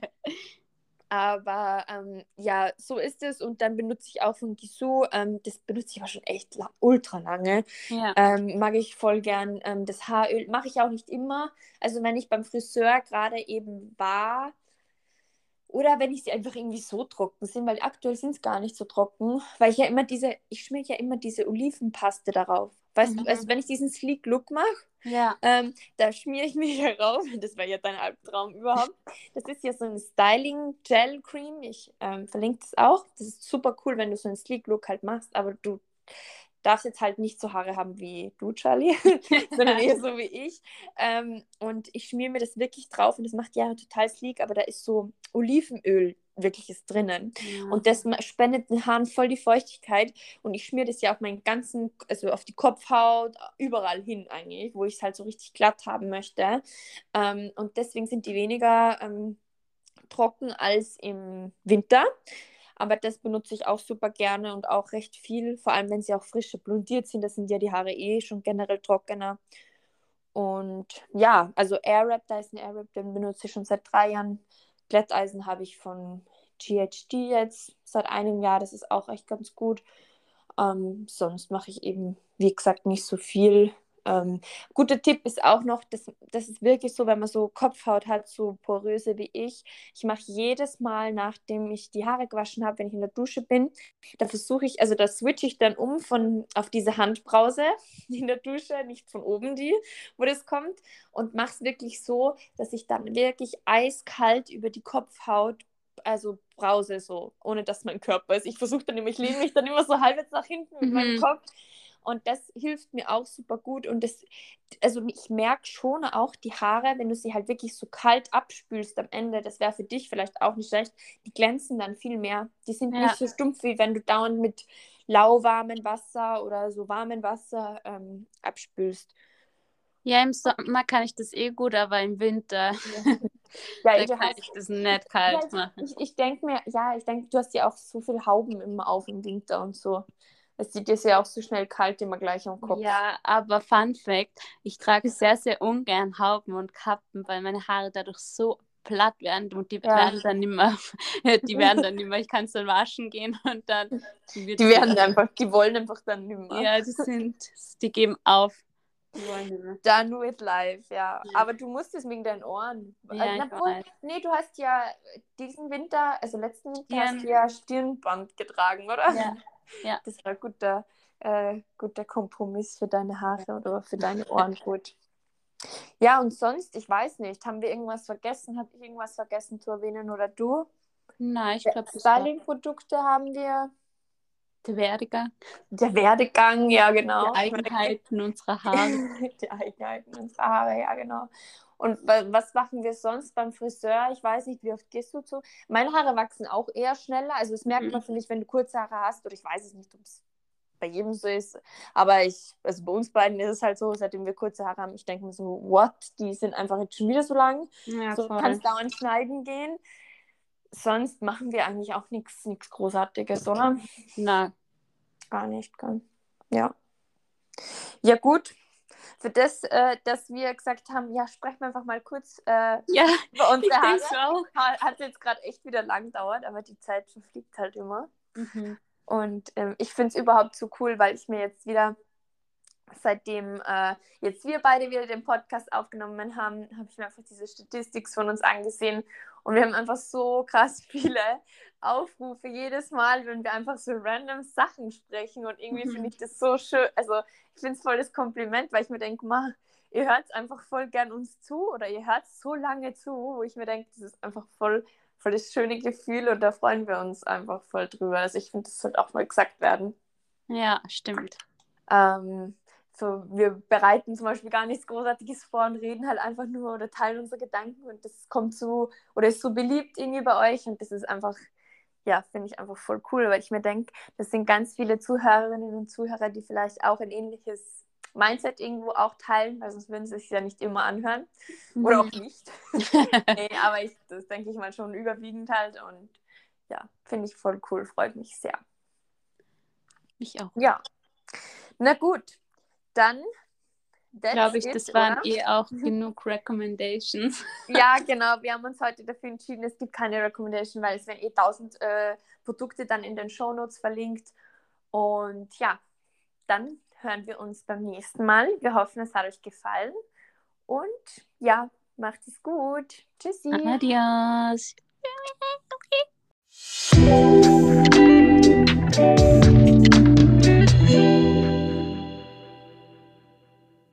S1: Aber ja, so ist es. Und dann benutze ich auch von Gisou, das benutze ich aber schon echt ultra lange.
S2: Ja.
S1: Mag ich voll gern. Das Haaröl mache ich auch nicht immer. Also wenn ich beim Friseur gerade eben war, oder wenn ich sie einfach irgendwie so trocken sind, weil aktuell sind es gar nicht so trocken, weil ich schmiere ja immer diese Olivenpaste darauf. Weißt du, also wenn ich diesen Sleek Look mache,
S2: Ja.
S1: da schmiere ich mich darauf. Das wäre ja dein Albtraum überhaupt. Das ist ja so ein Styling Gel Cream. Ich verlinke das auch. Das ist super cool, wenn du so einen Sleek Look halt machst, aber du darfst jetzt halt nicht so Haare haben wie du, Charlie, sondern eher so wie ich. Und ich schmiere mir das wirklich drauf und das macht ja total sleek, aber da ist so Olivenöl wirkliches drinnen.
S2: Ja.
S1: Und das spendet den Haaren voll die Feuchtigkeit. Und ich schmiere das ja auf meinen ganzen, also auf die Kopfhaut, überall hin eigentlich, wo ich es halt so richtig glatt haben möchte. Und deswegen sind die weniger trocken als im Winter. Aber das benutze ich auch super gerne und auch recht viel, vor allem wenn sie auch frische blondiert sind. Das sind ja die Haare eh schon generell trockener. Und ja, also Airwrap, Dyson Airwrap, den benutze ich schon seit 3 Jahren. Glätteisen habe ich von GHD jetzt seit einem Jahr. Das ist auch echt ganz gut. Sonst mache ich eben, wie gesagt, nicht so viel. Guter Tipp ist auch noch, das ist wirklich so, wenn man so Kopfhaut hat, so poröse wie ich. Ich mache jedes Mal, nachdem ich die Haare gewaschen habe, wenn ich in der Dusche bin, da versuche ich, also da switche ich dann auf diese Handbrause in der Dusche, nicht von oben die, wo das kommt, und mache es wirklich so, dass ich dann wirklich eiskalt über die Kopfhaut, also brause so, ohne dass mein Körper ist. Ich versuche dann immer, ich lehne mich dann immer so halbwegs nach hinten mit meinem Kopf. Und das hilft mir auch super gut. Und also ich merke schon auch die Haare, wenn du sie halt wirklich so kalt abspülst am Ende, das wäre für dich vielleicht auch nicht schlecht, die glänzen dann viel mehr. Die sind nicht so stumpf, wie wenn du dauernd mit lauwarmem Wasser oder so warmem Wasser abspülst.
S2: Ja, im Sommer kann ich das eh gut, aber im Winter
S1: Ja,
S2: da kann ich das nicht kalt machen.
S1: ich denke mir, du hast ja auch so viel Hauben immer auf im Winter und so. Es sieht dir ja auch so schnell kalt immer gleich am Kopf.
S2: Ja, aber Fun Fact, ich trage sehr, sehr ungern Hauben und Kappen, weil meine Haare dadurch so platt werden und die werden dann nimmer, ich kann es dann waschen gehen und dann
S1: die wollen einfach dann nimmer.
S2: Ja, die geben auf.
S1: Done with life, ja. Aber du musst es wegen deinen Ohren.
S2: Ja, ich weiß.
S1: Nee, du hast ja diesen Winter, also letzten Winter, hast du ja Stirnband getragen, oder?
S2: Ja.
S1: Das war ein guter Kompromiss für deine Haare oder für deine Ohren gut. Ja, und sonst, ich weiß nicht, haben wir irgendwas vergessen? Habe ich irgendwas vergessen zu erwähnen oder du?
S2: Nein, ich glaube, das war
S1: Styling-Produkte haben wir.
S2: der Werdegang,
S1: Der Werdegang, ja,
S2: die
S1: genau.
S2: Eigenheiten unserer Haare.
S1: Die Eigenheiten unserer Haare, ja, genau. Und was machen wir sonst beim Friseur? Ich weiß nicht, wie oft gehst du zu? Meine Haare wachsen auch eher schneller. Also das merkt man, finde ich, wenn du kurze Haare hast. Oder ich weiß es nicht, ob es bei jedem so ist. Aber also bei uns beiden ist es halt so, seitdem wir kurze Haare haben, ich denke mir so, what? Die sind einfach jetzt schon wieder so lang.
S2: Ja,
S1: So, du
S2: voll.
S1: kannst dauernd schneiden gehen. Sonst machen wir eigentlich auch nichts Großartiges, oder?
S2: Na,
S1: Gar nicht, gell? Ja. Ja, gut. Für das, dass wir gesagt haben, ja, sprechen wir einfach mal kurz
S2: ja,
S1: über
S2: ich
S1: unsere Haare.
S2: denke auch.
S1: Hat jetzt gerade echt wieder lang gedauert, aber die Zeit verfliegt halt immer.
S2: Mhm.
S1: Und ich finde es überhaupt so cool, weil ich mir jetzt wieder, seitdem jetzt wir beide wieder den Podcast aufgenommen haben, habe ich mir einfach diese Statistik von uns angesehen. Und wir haben einfach so krass viele Aufrufe jedes Mal, wenn wir einfach so random Sachen sprechen. Und irgendwie finde ich das so schön. Also ich finde es voll das Kompliment, weil ich mir denke, ihr hört einfach voll gern uns zu oder ihr hört so lange zu, wo ich mir denke, das ist einfach voll das schöne Gefühl und da freuen wir uns einfach voll drüber. Also ich finde, das sollte auch mal gesagt werden.
S2: Ja, stimmt.
S1: So, wir bereiten zum Beispiel gar nichts Großartiges vor und reden halt einfach nur oder teilen unsere Gedanken und das kommt so oder ist so beliebt irgendwie bei euch und das ist einfach, ja, finde ich einfach voll cool, weil ich mir denke, das sind ganz viele Zuhörerinnen und Zuhörer, die vielleicht auch ein ähnliches Mindset irgendwo auch teilen, weil sonst würden sie sich ja nicht immer anhören oder auch nicht. Nee, aber das denke ich mal schon überwiegend halt und ja, finde ich voll cool, freut mich sehr.
S2: Ich auch.
S1: Ja, na gut, dann
S2: Glaube ich,
S1: it,
S2: das waren
S1: oder?
S2: auch genug Recommendations.
S1: Ja, genau. Wir haben uns heute dafür entschieden, es gibt keine Recommendation, weil es werden 1000 Produkte dann in den Shownotes verlinkt. Und ja, dann hören wir uns beim nächsten Mal. Wir hoffen, es hat euch gefallen. Und ja, macht es gut. Tschüssi.
S2: Adios.